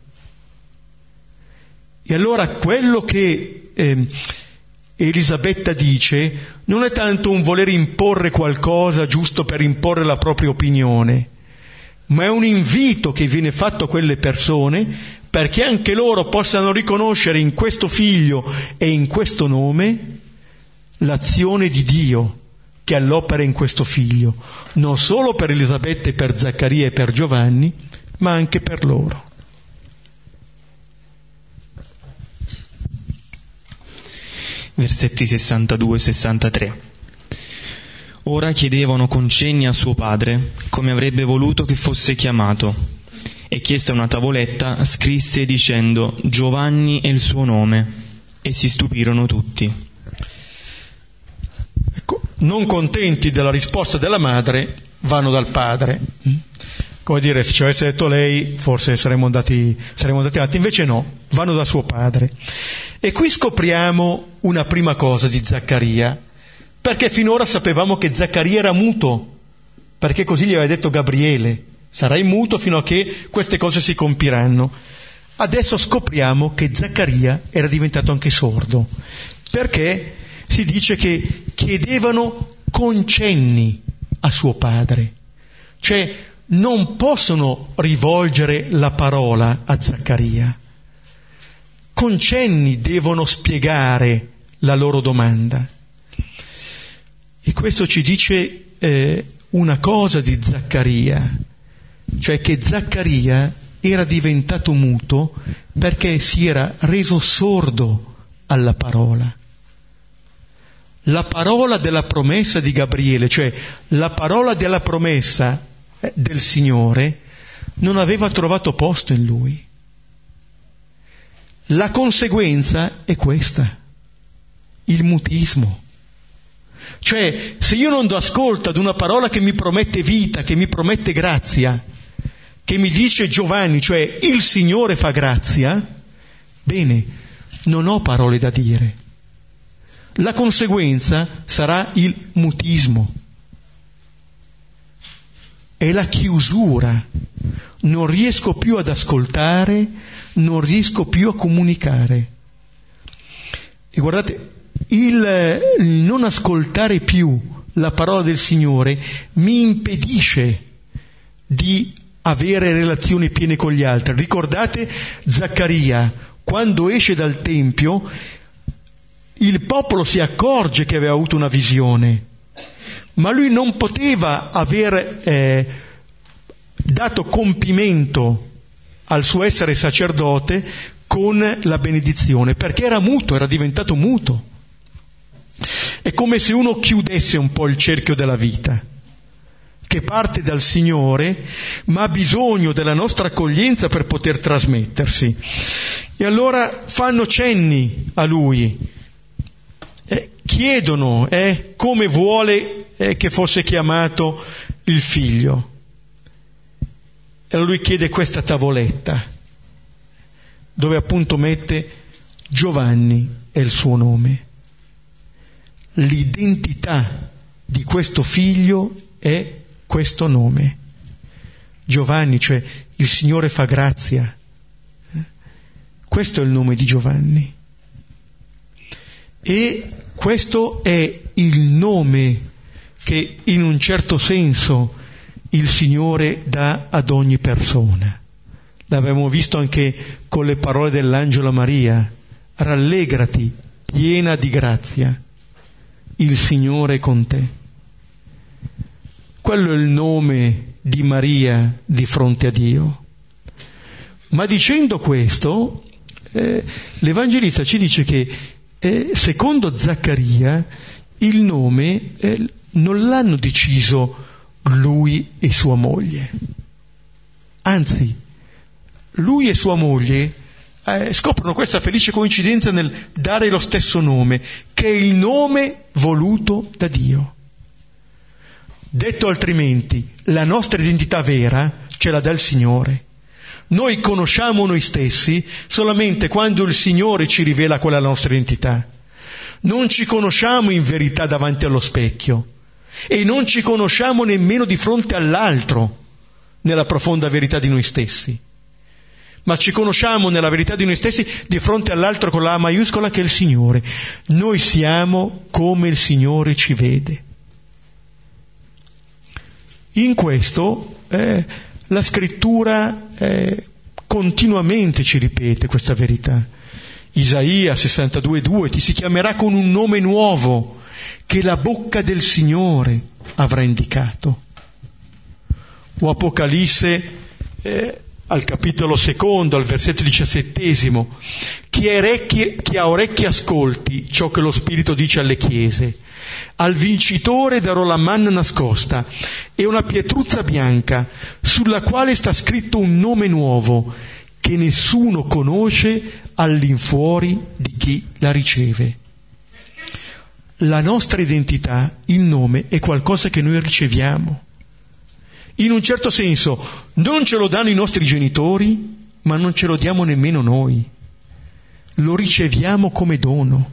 Speaker 1: E allora quello che eh, Elisabetta dice non è tanto un voler imporre qualcosa giusto per imporre la propria opinione, ma è un invito che viene fatto a quelle persone perché anche loro possano riconoscere in questo figlio e in questo nome l'azione di Dio che all'opera in questo figlio, non solo per Elisabetta e per Zaccaria e per Giovanni, ma anche per loro.
Speaker 2: Versetti sessantadue sessantatré. Ora chiedevano concenni a suo padre come avrebbe voluto che fosse chiamato, e chiesta una tavoletta scrisse dicendo: Giovanni è il suo nome, e si stupirono tutti.
Speaker 1: non contenti della risposta della madre, vanno dal padre. Come dire, se ci avesse detto lei, forse saremmo andati, saremmo andati avanti, invece no, vanno da suo padre. E qui scopriamo una prima cosa di Zaccaria, perché finora sapevamo che Zaccaria era muto, perché così gli aveva detto Gabriele, sarai muto fino a che queste cose si compiranno. Adesso scopriamo che Zaccaria era diventato anche sordo, perché si dice che chiedevano concenni a suo padre, cioè non possono rivolgere la parola a Zaccaria, concenni devono spiegare la loro domanda. E questo ci dice eh, una cosa di Zaccaria, cioè che Zaccaria era diventato muto perché si era reso sordo alla parola. La parola della promessa di Gabriele, cioè la parola della promessa del Signore, non aveva trovato posto in lui. La conseguenza è questa, il mutismo. Cioè, se io non do ascolto ad una parola che mi promette vita, che mi promette grazia, che mi dice Giovanni, cioè il Signore fa grazia, bene, non ho parole da dire. La conseguenza sarà il mutismo. È la chiusura. Non riesco più ad ascoltare, non riesco più a comunicare. E guardate, il, il non ascoltare più la parola del Signore mi impedisce di avere relazioni piene con gli altri. Ricordate Zaccaria, quando esce dal Tempio, il popolo si accorge che aveva avuto una visione, ma lui non poteva aver eh, dato compimento al suo essere sacerdote con la benedizione, perché era muto, era diventato muto. È come se uno chiudesse un po' il cerchio della vita, che parte dal Signore, ma ha bisogno della nostra accoglienza per poter trasmettersi. E allora fanno cenni a Lui, eh, chiedono eh, come vuole eh, che fosse chiamato il figlio. E allora Lui chiede questa tavoletta, dove appunto mette Giovanni è il suo nome. L'identità di questo figlio è questo nome. Giovanni, cioè il Signore fa grazia. Questo è il nome di Giovanni. E questo è il nome che in un certo senso il Signore dà ad ogni persona. L'abbiamo visto anche con le parole dell'angelo a Maria: rallegrati, piena di grazia, il Signore è con te. Quello è il nome di Maria di fronte a Dio. Ma dicendo questo, eh, l'Evangelista ci dice che eh, secondo Zaccaria il nome eh, non l'hanno deciso lui e sua moglie. Anzi, lui e sua moglie eh, scoprono questa felice coincidenza nel dare lo stesso nome, che è il nome voluto da Dio. Detto altrimenti, la nostra identità vera ce la dà il Signore. Noi conosciamo noi stessi solamente quando il Signore ci rivela qual è la nostra identità. Non ci conosciamo in verità davanti allo specchio e non ci conosciamo nemmeno di fronte all'altro nella profonda verità di noi stessi. Ma ci conosciamo nella verità di noi stessi di fronte all'altro con la A maiuscola, che è il Signore. Noi siamo come il Signore ci vede. In questo eh, la Scrittura eh, continuamente ci ripete questa verità. Isaia sessantadue due: ti si chiamerà con un nome nuovo che la bocca del Signore avrà indicato. O Apocalisse eh, al capitolo secondo, al versetto diciassettesimo: chi ha orecchie, chi ha orecchie ascolti ciò che lo Spirito dice alle chiese. Al vincitore darò la manna nascosta e una pietruzza bianca sulla quale sta scritto un nome nuovo che nessuno conosce all'infuori di chi la riceve. La nostra identità, il nome, è qualcosa che noi riceviamo. In un certo senso non ce lo danno i nostri genitori, ma non ce lo diamo nemmeno noi. Lo riceviamo come dono.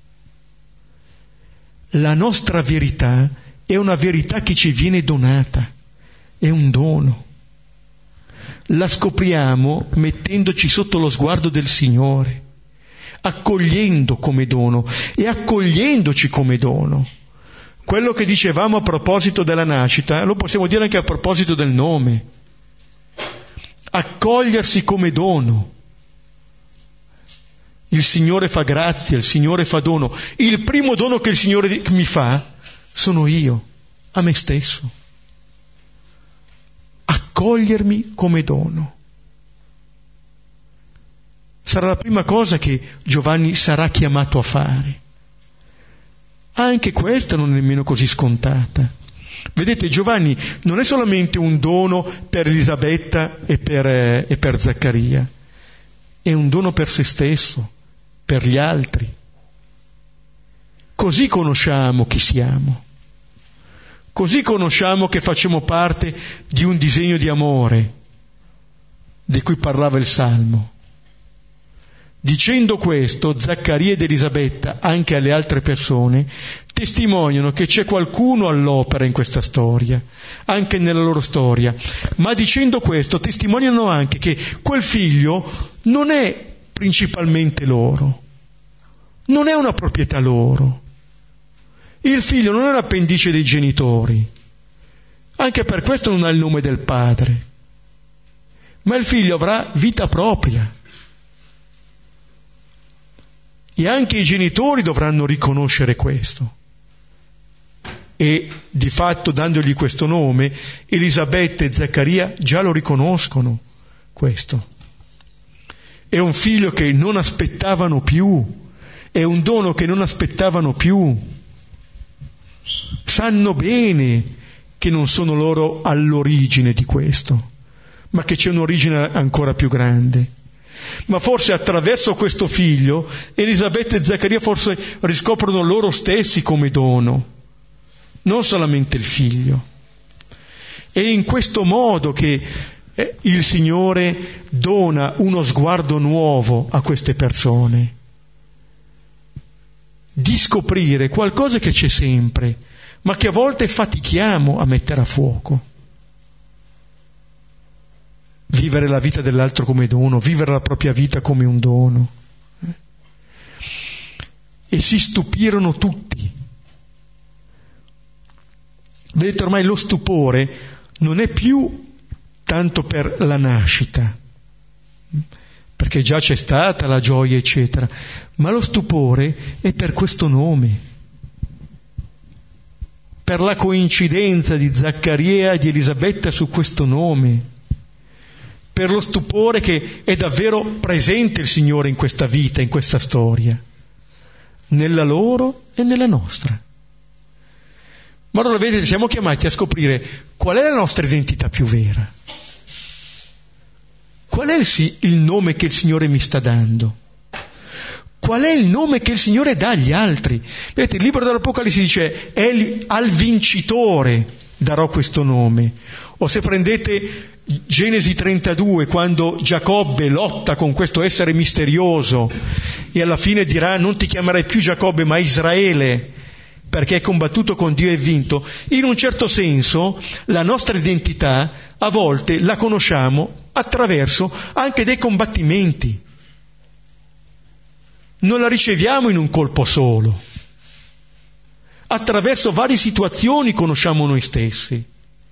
Speaker 1: La nostra verità è una verità che ci viene donata, è un dono. La scopriamo mettendoci sotto lo sguardo del Signore, accogliendo come dono e accogliendoci come dono. Quello che dicevamo a proposito della nascita lo possiamo dire anche a proposito del nome. Accogliersi come dono. Il Signore fa grazia, il Signore fa dono. Il primo dono che il Signore mi fa sono io, a me stesso. Accogliermi come dono. Sarà la prima cosa che Giovanni sarà chiamato a fare. Anche questa non è nemmeno così scontata. Vedete, Giovanni non è solamente un dono per Elisabetta e per, eh, e per Zaccaria, è un dono per se stesso, per gli altri. Così conosciamo chi siamo. Così conosciamo che facciamo parte di un disegno di amore di cui parlava il Salmo. Dicendo questo, Zaccaria ed Elisabetta, anche alle altre persone, testimoniano che c'è qualcuno all'opera in questa storia, anche nella loro storia. Ma dicendo questo, testimoniano anche che quel figlio non è principalmente loro, non è una proprietà loro. Il figlio non è un appendice dei genitori, anche per questo non ha il nome del padre, ma il figlio avrà vita propria. E anche i genitori dovranno riconoscere questo. E di fatto, dandogli questo nome, Elisabetta e Zaccaria già lo riconoscono questo. È un figlio che non aspettavano più, è un dono che non aspettavano più. Sanno bene che non sono loro all'origine di questo, ma che c'è un'origine ancora più grande. Ma forse attraverso questo figlio Elisabetta e Zaccaria forse riscoprono loro stessi come dono, non solamente il figlio. È in questo modo che eh, il Signore dona uno sguardo nuovo a queste persone, di scoprire qualcosa che c'è sempre, ma che a volte fatichiamo a mettere a fuoco. Vivere la vita dell'altro come dono, vivere la propria vita come un dono. E si stupirono tutti. Vedete, ormai lo stupore non è più tanto per la nascita, perché già c'è stata la gioia, eccetera, ma lo stupore è per questo nome, per la coincidenza di Zaccaria e di Elisabetta su questo nome, per lo stupore che è davvero presente il Signore in questa vita, in questa storia, nella loro e nella nostra. Ma allora vedete, siamo chiamati a scoprire qual è la nostra identità più vera. Qual è il, il nome che il Signore mi sta dando? Qual è il nome che il Signore dà agli altri? Vedete, il libro dell'Apocalisse dice, è il, al vincitore darò questo nome. O se prendete Genesi trentadue, quando Giacobbe lotta con questo essere misterioso e alla fine dirà non ti chiamerai più Giacobbe ma Israele, perché hai combattuto con Dio e vinto. In un certo senso la nostra identità a volte la conosciamo attraverso anche dei combattimenti. Non la riceviamo in un colpo solo. Attraverso varie situazioni conosciamo noi stessi.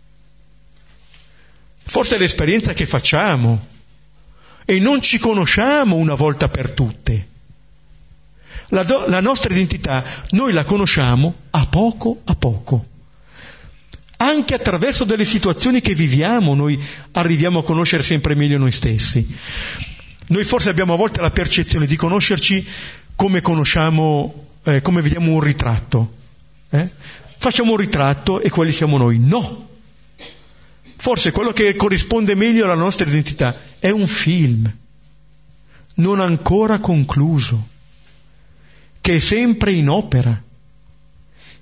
Speaker 1: Forse è l'esperienza che facciamo e non ci conosciamo una volta per tutte. La, do, la nostra identità noi la conosciamo a poco a poco. Anche attraverso delle situazioni che viviamo noi arriviamo a conoscere sempre meglio noi stessi. Noi forse abbiamo a volte la percezione di conoscerci come conosciamo, eh, come vediamo un ritratto. Eh? Facciamo un ritratto e quelli siamo noi. No! Forse quello che corrisponde meglio alla nostra identità è un film non ancora concluso, che è sempre in opera,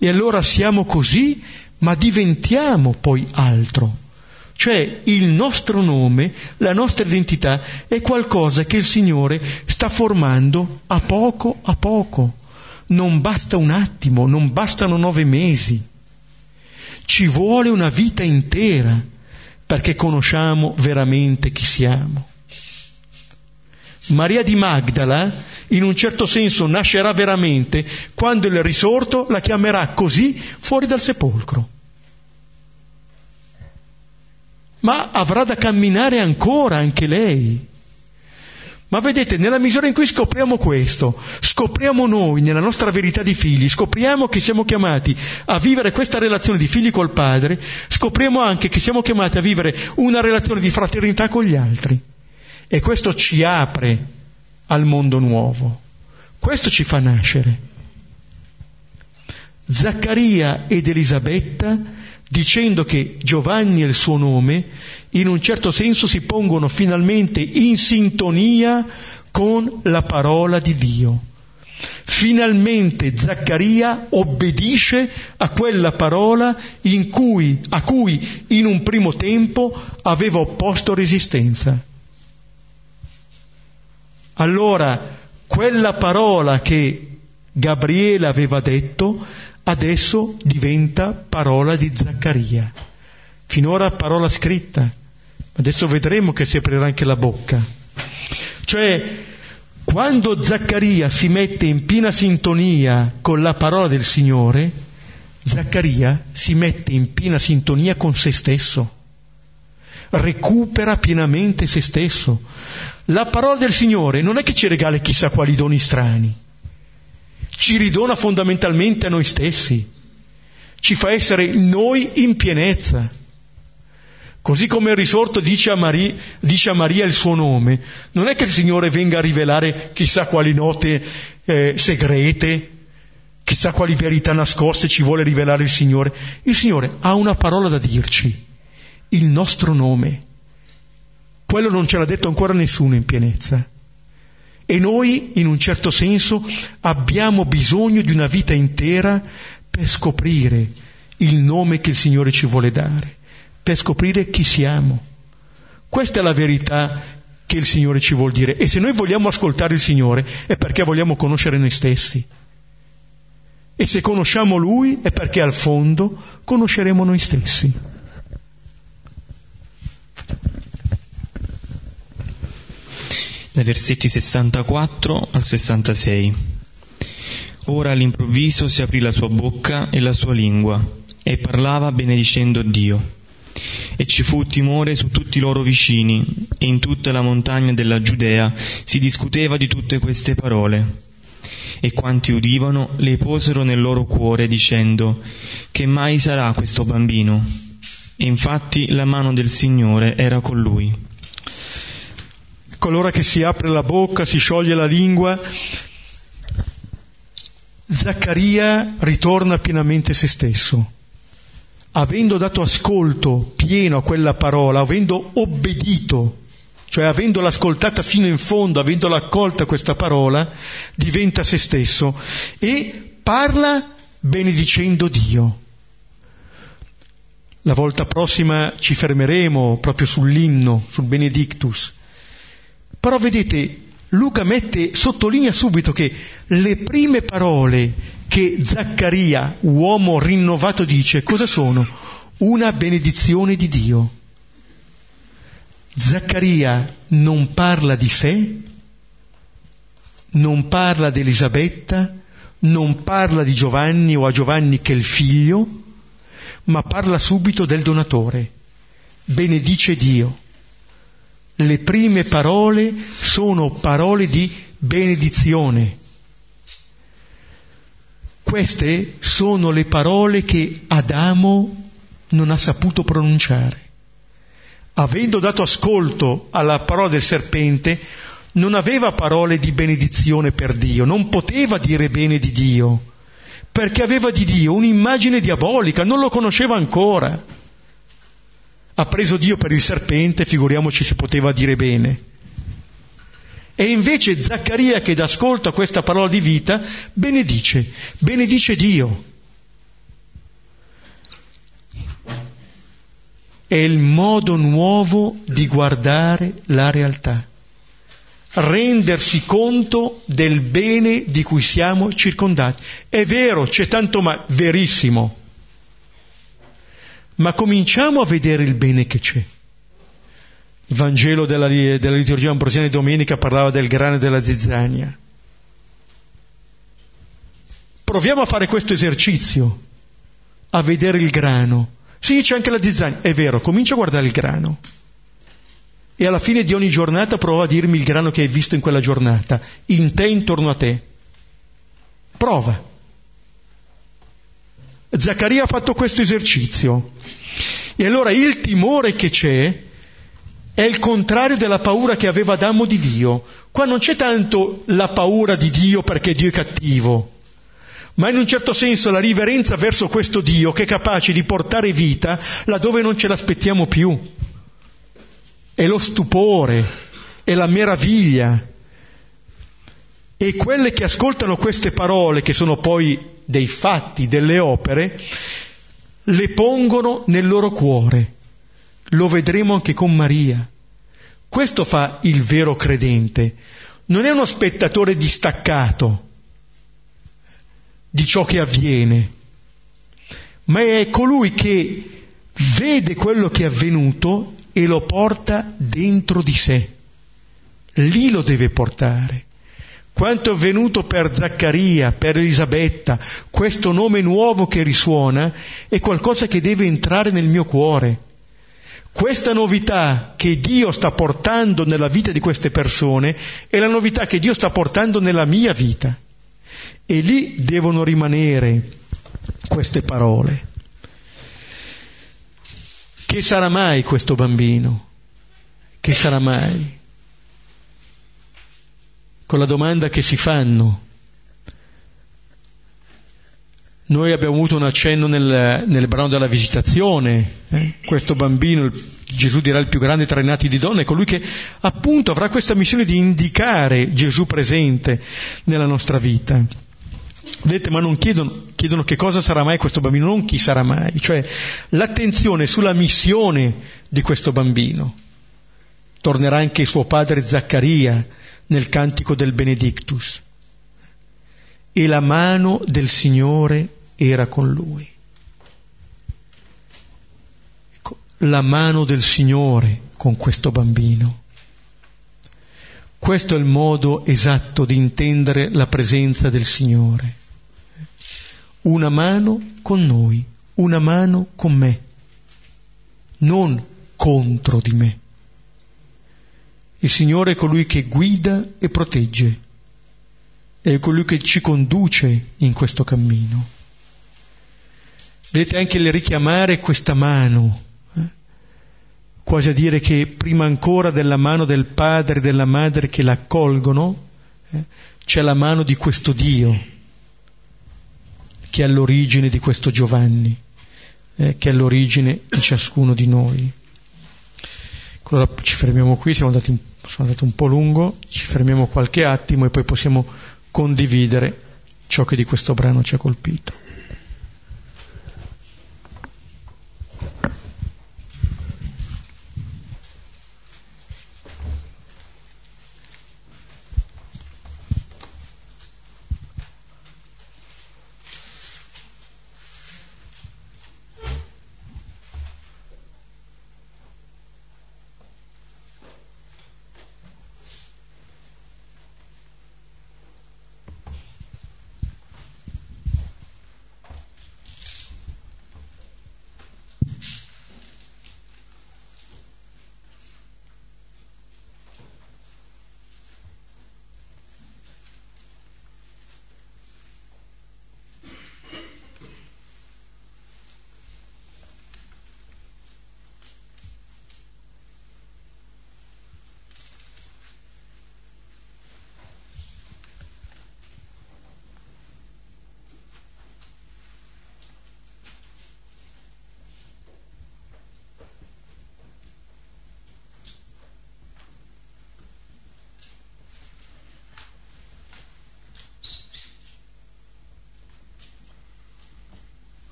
Speaker 1: E allora siamo così, ma diventiamo poi altro. Cioè il nostro nome, la nostra identità è qualcosa che il Signore sta formando a poco a poco. Non basta un attimo, non bastano nove mesi. Ci vuole una vita intera perché conosciamo veramente chi siamo. Maria di Magdala, in un certo senso, nascerà veramente quando il risorto la chiamerà così fuori dal sepolcro. Ma avrà da camminare ancora anche lei. Ma vedete, nella misura in cui scopriamo questo, scopriamo noi nella nostra verità di figli, scopriamo che siamo chiamati a vivere questa relazione di figli col Padre, scopriamo anche che siamo chiamati a vivere una relazione di fraternità con gli altri. E questo ci apre al mondo nuovo. Questo ci fa nascere. Zaccaria ed Elisabetta, dicendo che Giovanni è il suo nome, in un certo senso si pongono finalmente in sintonia con la parola di Dio. Finalmente Zaccaria obbedisce a quella parola in cui, a cui in un primo tempo aveva opposto resistenza. Allora, quella parola che Gabriele aveva detto adesso diventa parola di Zaccaria. Finora parola scritta, adesso vedremo che si aprirà anche la bocca. Cioè, quando Zaccaria si mette in piena sintonia con la parola del Signore, Zaccaria si mette in piena sintonia con se stesso, recupera pienamente se stesso. La parola del Signore non è che ci regala chissà quali doni strani, ci ridona fondamentalmente a noi stessi, ci fa essere noi in pienezza. Così come il risorto dice a, Maria, dice a Maria il suo nome, non è che il Signore venga a rivelare chissà quali note eh, segrete, chissà quali verità nascoste ci vuole rivelare il Signore. Il Signore ha una parola da dirci, il nostro nome. Quello non ce l'ha detto ancora nessuno in pienezza. E noi, in un certo senso, abbiamo bisogno di una vita intera per scoprire il nome che il Signore ci vuole dare, per scoprire chi siamo. Questa è la verità che il Signore ci vuol dire. E se noi vogliamo ascoltare il Signore è perché vogliamo conoscere noi stessi. E se conosciamo Lui è perché al fondo conosceremo noi stessi.
Speaker 2: Dai versetti sessantaquattro al sessantasei. Ora all'improvviso si aprì la sua bocca e la sua lingua, e parlava benedicendo Dio. E ci fu timore su tutti i loro vicini, e in tutta la montagna della Giudea si discuteva di tutte queste parole. E quanti udivano le posero nel loro cuore dicendo: che mai sarà questo bambino? E infatti la mano del Signore era con lui.
Speaker 1: Colora che si apre la bocca, si scioglie la lingua, Zaccaria ritorna pienamente se stesso. Avendo dato ascolto pieno a quella parola, avendo obbedito, cioè avendola ascoltata fino in fondo, avendola accolta questa parola, diventa se stesso e parla benedicendo Dio. La volta prossima ci fermeremo proprio sull'inno, sul Benedictus. Però vedete, Luca mette, sottolinea subito che le prime parole che Zaccaria, uomo rinnovato, dice, cosa sono? Una benedizione di Dio. Zaccaria non parla di sé, non parla di Elisabetta, non parla di Giovanni o a Giovanni che è il figlio, ma parla subito del donatore. Benedice Dio. Le prime parole sono parole di benedizione. Queste sono le parole che Adamo non ha saputo pronunciare. Avendo dato ascolto alla parola del serpente, non aveva parole di benedizione per Dio, non poteva dire bene di Dio, perché aveva di Dio un'immagine diabolica, non lo conosceva ancora. Ha preso Dio per il serpente, figuriamoci se poteva dire bene. E invece Zaccaria, che dà ascolto a questa parola di vita, benedice, benedice Dio. è il modo nuovo di guardare la realtà, rendersi conto del bene di cui siamo circondati. È vero, c'è tanto male, verissimo, ma cominciamo a vedere il bene che c'è. Il Vangelo della, della liturgia ambrosiana di domenica parlava del grano e della zizzania. Proviamo a fare questo esercizio, a vedere il grano. Sì, c'è anche la zizzania, è vero, comincia a guardare il grano. E alla fine di ogni giornata prova a dirmi il grano che hai visto in quella giornata, in te, intorno a te. Prova. Zaccaria ha fatto questo esercizio. E allora il timore che c'è è il contrario della paura che aveva Adamo di Dio. Qua non c'è tanto la paura di Dio perché Dio è cattivo, ma in un certo senso la riverenza verso questo Dio che è capace di portare vita laddove non ce l'aspettiamo più. È lo stupore, è la meraviglia. E quelle che ascoltano queste parole, che sono poi dei fatti, delle opere, le pongono nel loro cuore. Lo vedremo anche con Maria. Questo fa il vero credente. Non è uno spettatore distaccato di ciò che avviene, ma è colui che vede quello che è avvenuto e lo porta dentro di sé. Lì lo deve portare. Quanto è avvenuto per Zaccaria, per Elisabetta, questo nome nuovo che risuona, è qualcosa che deve entrare nel mio cuore. Questa novità che Dio sta portando nella vita di queste persone è la novità che Dio sta portando nella mia vita. E lì devono rimanere queste parole. Che sarà mai questo bambino? Che sarà mai? Con la domanda che si fanno. Noi abbiamo avuto un accenno nel, nel brano della Visitazione. Eh? Questo bambino, il, Gesù dirà il più grande tra i nati di donna, è colui che appunto avrà questa missione di indicare Gesù presente nella nostra vita. Vedete, ma non chiedono, chiedono che cosa sarà mai questo bambino, non chi sarà mai, cioè l'attenzione sulla missione di questo bambino. Tornerà anche suo padre Zaccaria nel cantico del Benedictus. E la mano del Signore era con lui. Ecco, la mano del Signore con questo bambino. Questo è il modo esatto di intendere la presenza del Signore. Una mano con noi, una mano con me, non contro di me. Il Signore è colui che guida e protegge, è colui che ci conduce in questo cammino. Vedete anche il richiamare questa mano, eh? quasi a dire che prima ancora della mano del padre e della madre che l'accolgono, eh, c'è la mano di questo Dio che è all'origine di questo Giovanni, eh, che è all'origine di ciascuno di noi. Allora ci fermiamo qui, siamo andati, sono andati un po' lungo, ci fermiamo qualche attimo e poi possiamo condividere ciò che di questo brano ci ha colpito.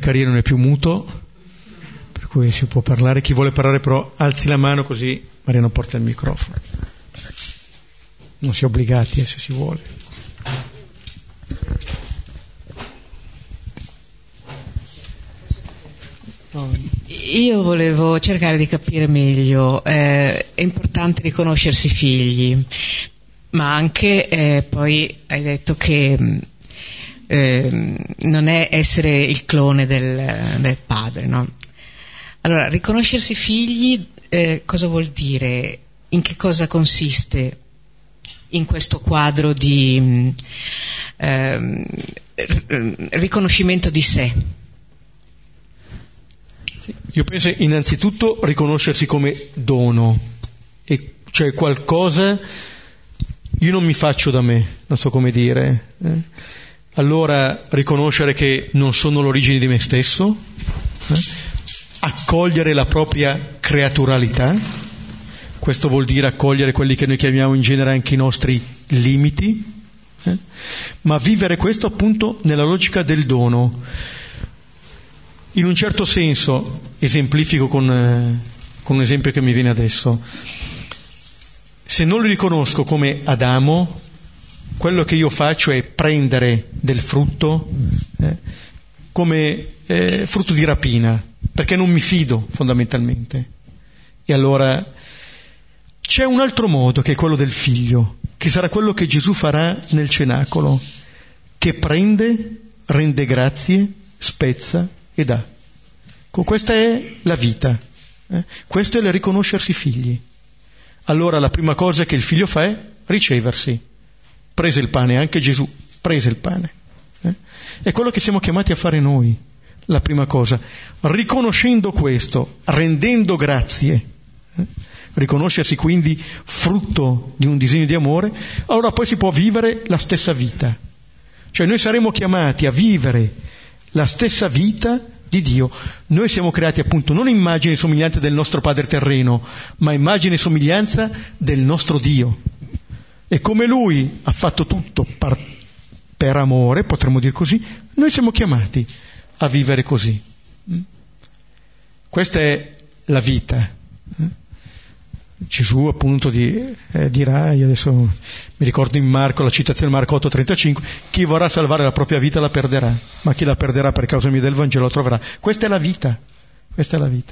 Speaker 1: Zaccaria non è più muto, per cui si può parlare. Chi vuole parlare però alzi la mano, così Mariano porta il microfono. Non si è obbligati, eh, se si vuole.
Speaker 3: Io volevo cercare di capire meglio, eh, è importante riconoscersi figli, ma anche eh, poi hai detto che eh, non è essere il clone del, del padre, no? Allora, riconoscersi figli eh, cosa vuol dire? In che cosa consiste in questo quadro di eh, riconoscimento di sé?
Speaker 1: Io penso innanzitutto riconoscersi come dono, e cioè qualcosa io non mi faccio da me, non so come dire. Eh? Allora riconoscere che non sono l'origine di me stesso, eh? Accogliere la propria creaturalità, questo vuol dire accogliere quelli che noi chiamiamo in genere anche i nostri limiti, eh? Ma vivere questo appunto nella logica del dono. In un certo senso, esemplifico con, eh, con un esempio che mi viene adesso. Se non li riconosco come Adamo, quello che io faccio è prendere del frutto eh, come eh, frutto di rapina, perché non mi fido fondamentalmente. E allora c'è un altro modo, che è quello del figlio, che sarà quello che Gesù farà nel cenacolo, che prende, rende grazie, spezza e dà. Questa è la vita, eh? Questo è il riconoscersi figli. Allora la prima cosa che il figlio fa è riceversi. Prese il pane, anche Gesù prese il pane. Eh? È quello che siamo chiamati a fare noi, la prima cosa. Riconoscendo questo, rendendo grazie, eh? Riconoscersi quindi frutto di un disegno di amore, allora poi si può vivere la stessa vita. Cioè noi saremo chiamati a vivere la stessa vita di Dio. Noi siamo creati appunto non immagine e somiglianza del nostro padre terreno, ma immagine e somiglianza del nostro Dio. E come Lui ha fatto tutto per, per amore, potremmo dire così, noi siamo chiamati a vivere così. Questa è la vita. Gesù appunto di, eh, dirà, io adesso mi ricordo in Marco, la citazione Marco otto trentacinque, chi vorrà salvare la propria vita la perderà, ma chi la perderà per causa mia del Vangelo la troverà. Questa è la vita, questa è la vita.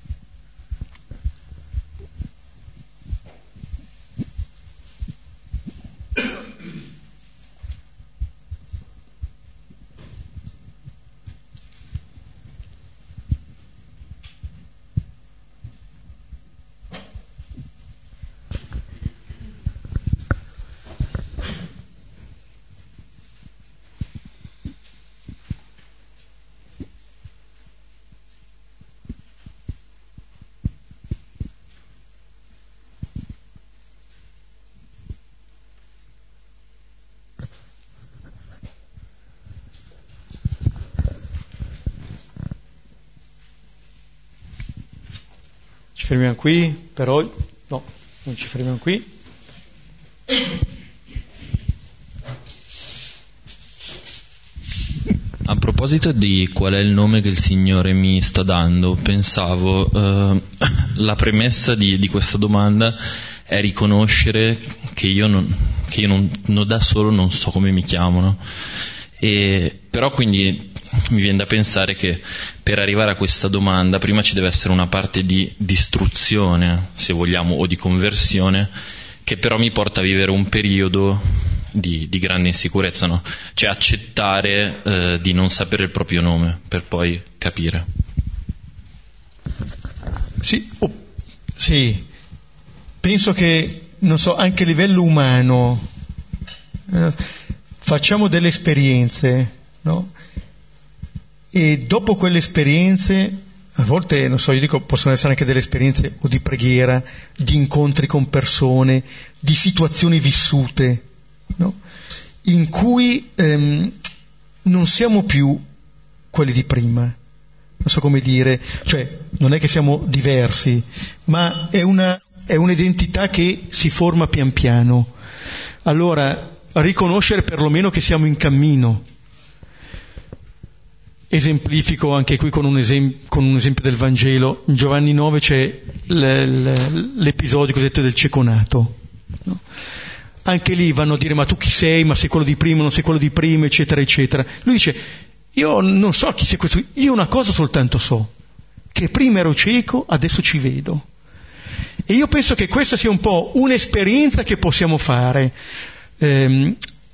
Speaker 1: Ci fermiamo qui, però no, non ci fermiamo qui.
Speaker 4: A proposito di qual è il nome che il Signore mi sta dando, pensavo, eh, la premessa di, di questa domanda è riconoscere che io, non, che io non, non da solo non so come mi chiamo, no? E, però quindi mi viene da pensare che per arrivare a questa domanda prima ci deve essere una parte di distruzione, se vogliamo, o di conversione, che però mi porta a vivere un periodo di, di grande insicurezza, no? Cioè accettare eh, di non sapere il proprio nome per poi capire.
Speaker 1: Sì, oh, sì, penso che, non so, anche a livello umano eh, facciamo delle esperienze, no? E dopo quelle esperienze, a volte, non so, io dico, possono essere anche delle esperienze o di preghiera, di incontri con persone, di situazioni vissute, no? In cui ehm, non siamo più quelli di prima, non so come dire, cioè non è che siamo diversi, ma è una, è un'identità che si forma pian piano. Allora, riconoscere perlomeno che siamo in cammino. esemplifico anche qui con un, esem- con un esempio del Vangelo. In Giovanni nove c'è l- l- l'episodio cosiddetto del cieco nato, no? Anche lì vanno a dire: ma tu chi sei? Ma sei quello di prima, non sei quello di prima, eccetera eccetera. Lui dice: io non so chi sei questo, io una cosa soltanto so, che prima ero cieco, adesso ci vedo. E io penso che questa sia un po' un'esperienza che possiamo fare, ehm,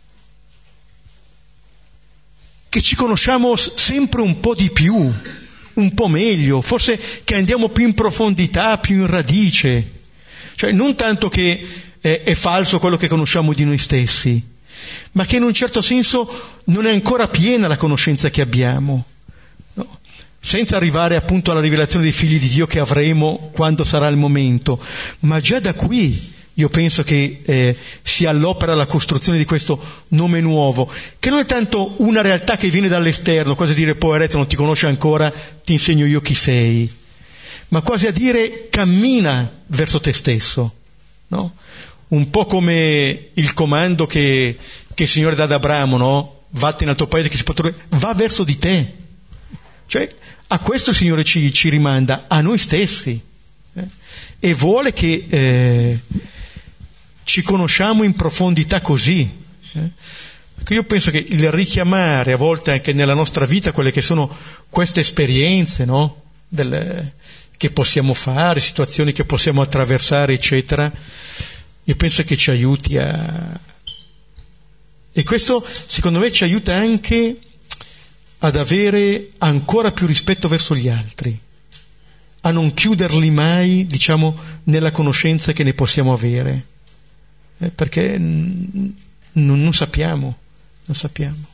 Speaker 1: che ci conosciamo sempre un po' di più, un po' meglio, forse che andiamo più in profondità, più in radice. Cioè non tanto che eh, è falso quello che conosciamo di noi stessi, ma che in un certo senso non è ancora piena la conoscenza che abbiamo, no? Senza arrivare appunto alla rivelazione dei figli di Dio che avremo quando sarà il momento, ma già da qui io penso che eh, sia all'opera la costruzione di questo nome nuovo, che non è tanto una realtà che viene dall'esterno, quasi a dire: poveretto, non ti conosci ancora, ti insegno io chi sei, ma quasi a dire: cammina verso te stesso, no? Un po' come il comando che, che il Signore dà ad Abramo, no? Vattene al tuo paese che si può trovare, va verso di te. Cioè, a questo il Signore ci, ci rimanda, a noi stessi, eh? E vuole che eh, ci conosciamo in profondità così. Eh? Io penso che il richiamare a volte anche nella nostra vita quelle che sono queste esperienze, no? Del, che possiamo fare, situazioni che possiamo attraversare, eccetera, io penso che ci aiuti a... E questo, secondo me, ci aiuta anche ad avere ancora più rispetto verso gli altri, a non chiuderli mai, diciamo, nella conoscenza che ne possiamo avere, eh, perché n- non sappiamo, non sappiamo.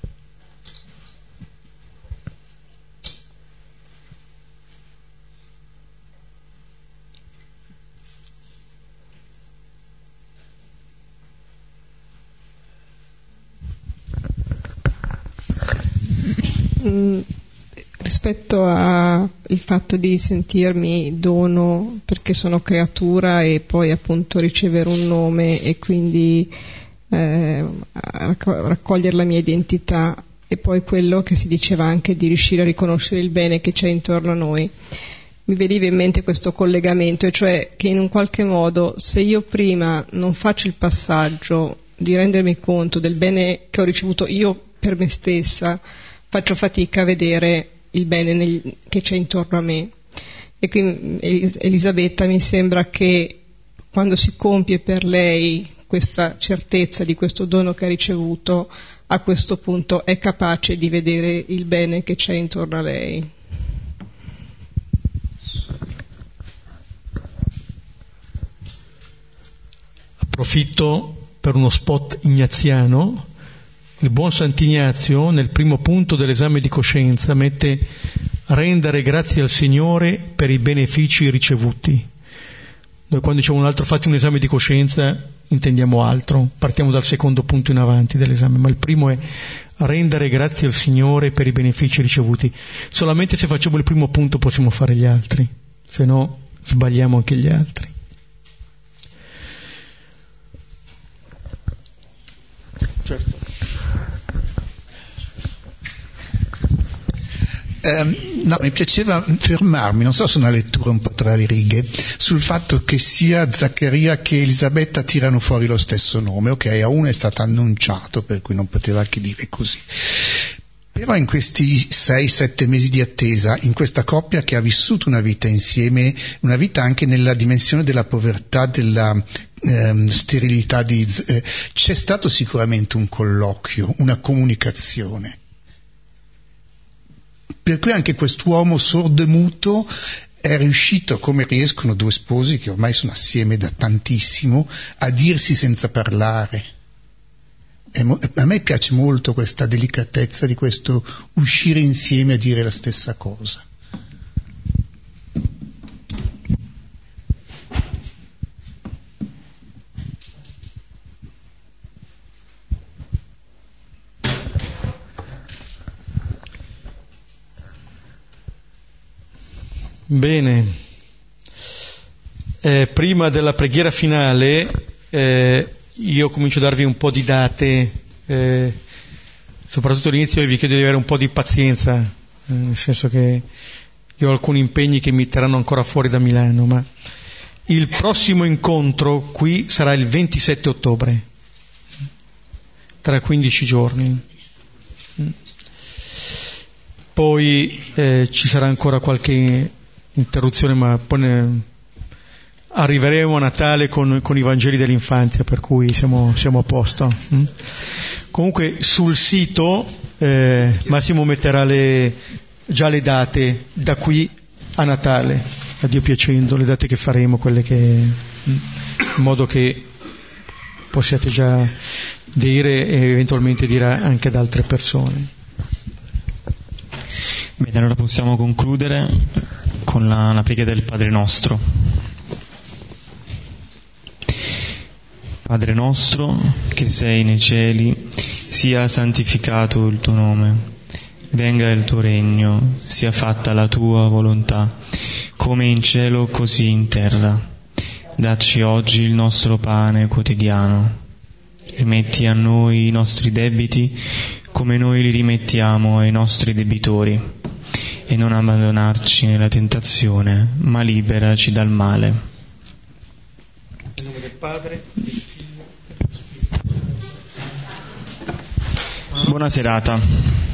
Speaker 5: Mm, rispetto al fatto di sentirmi dono perché sono creatura e poi appunto ricevere un nome e quindi eh, raccogliere la mia identità, e poi quello che si diceva anche di riuscire a riconoscere il bene che c'è intorno a noi, mi veniva in mente questo collegamento, e cioè che in un qualche modo, se io prima non faccio il passaggio di rendermi conto del bene che ho ricevuto io per me stessa, faccio fatica a vedere il bene nel, che c'è intorno a me. E qui Elisabetta mi sembra che quando si compie per lei questa certezza di questo dono che ha ricevuto, a questo punto è capace di vedere il bene che c'è intorno a lei.
Speaker 1: Approfitto per uno spot ignaziano. Il buon Sant'Ignazio nel primo punto dell'esame di coscienza mette: rendere grazie al Signore per i benefici ricevuti. Noi quando diciamo un altro fatti un esame di coscienza intendiamo altro, partiamo dal secondo punto in avanti dell'esame, ma il primo è rendere grazie al Signore per i benefici ricevuti. Solamente se facciamo il primo punto possiamo fare gli altri, se no sbagliamo anche gli altri. Certo.
Speaker 6: Um, no, mi piaceva fermarmi, non so se è una lettura un po' tra le righe, sul fatto che sia Zaccaria che Elisabetta tirano fuori lo stesso nome. Ok, a uno è stato annunciato, per cui non poteva che dire così. Però in questi sei sette mesi di attesa, in questa coppia che ha vissuto una vita insieme, una vita anche nella dimensione della povertà, della ehm, sterilità, di, eh, c'è stato sicuramente un colloquio, una comunicazione. Per cui anche quest'uomo sordo e muto è riuscito, come riescono due sposi che ormai sono assieme da tantissimo, a dirsi senza parlare. E mo- a me piace molto questa delicatezza di questo uscire insieme a dire la stessa cosa.
Speaker 1: Bene, eh, prima della preghiera finale eh, io comincio a darvi un po' di date, eh, soprattutto all'inizio vi chiedo di avere un po' di pazienza, eh, nel senso che io ho alcuni impegni che mi terranno ancora fuori da Milano, ma il prossimo incontro qui sarà il ventisette ottobre, tra quindici giorni. Poi eh, ci sarà ancora qualche interruzione, ma poi ne... arriveremo a Natale con, con i Vangeli dell'infanzia, per cui siamo, siamo a posto. Mm? Comunque sul sito eh, Massimo metterà le, già le date da qui a Natale, a Dio piacendo, le date che faremo, quelle che mm? in modo che possiate già dire e eventualmente dire anche ad altre persone.
Speaker 2: Bene, allora possiamo concludere con la, la preghiera del Padre Nostro. Padre nostro che sei nei cieli, sia santificato il tuo nome, venga il tuo regno, sia fatta la tua volontà, come in cielo così in terra. Dacci oggi il nostro pane quotidiano, rimetti a noi i nostri debiti come noi li rimettiamo ai nostri debitori, e non abbandonarci nella tentazione, ma liberaci dal male.
Speaker 1: Nel nome del Padre.
Speaker 2: Buona serata.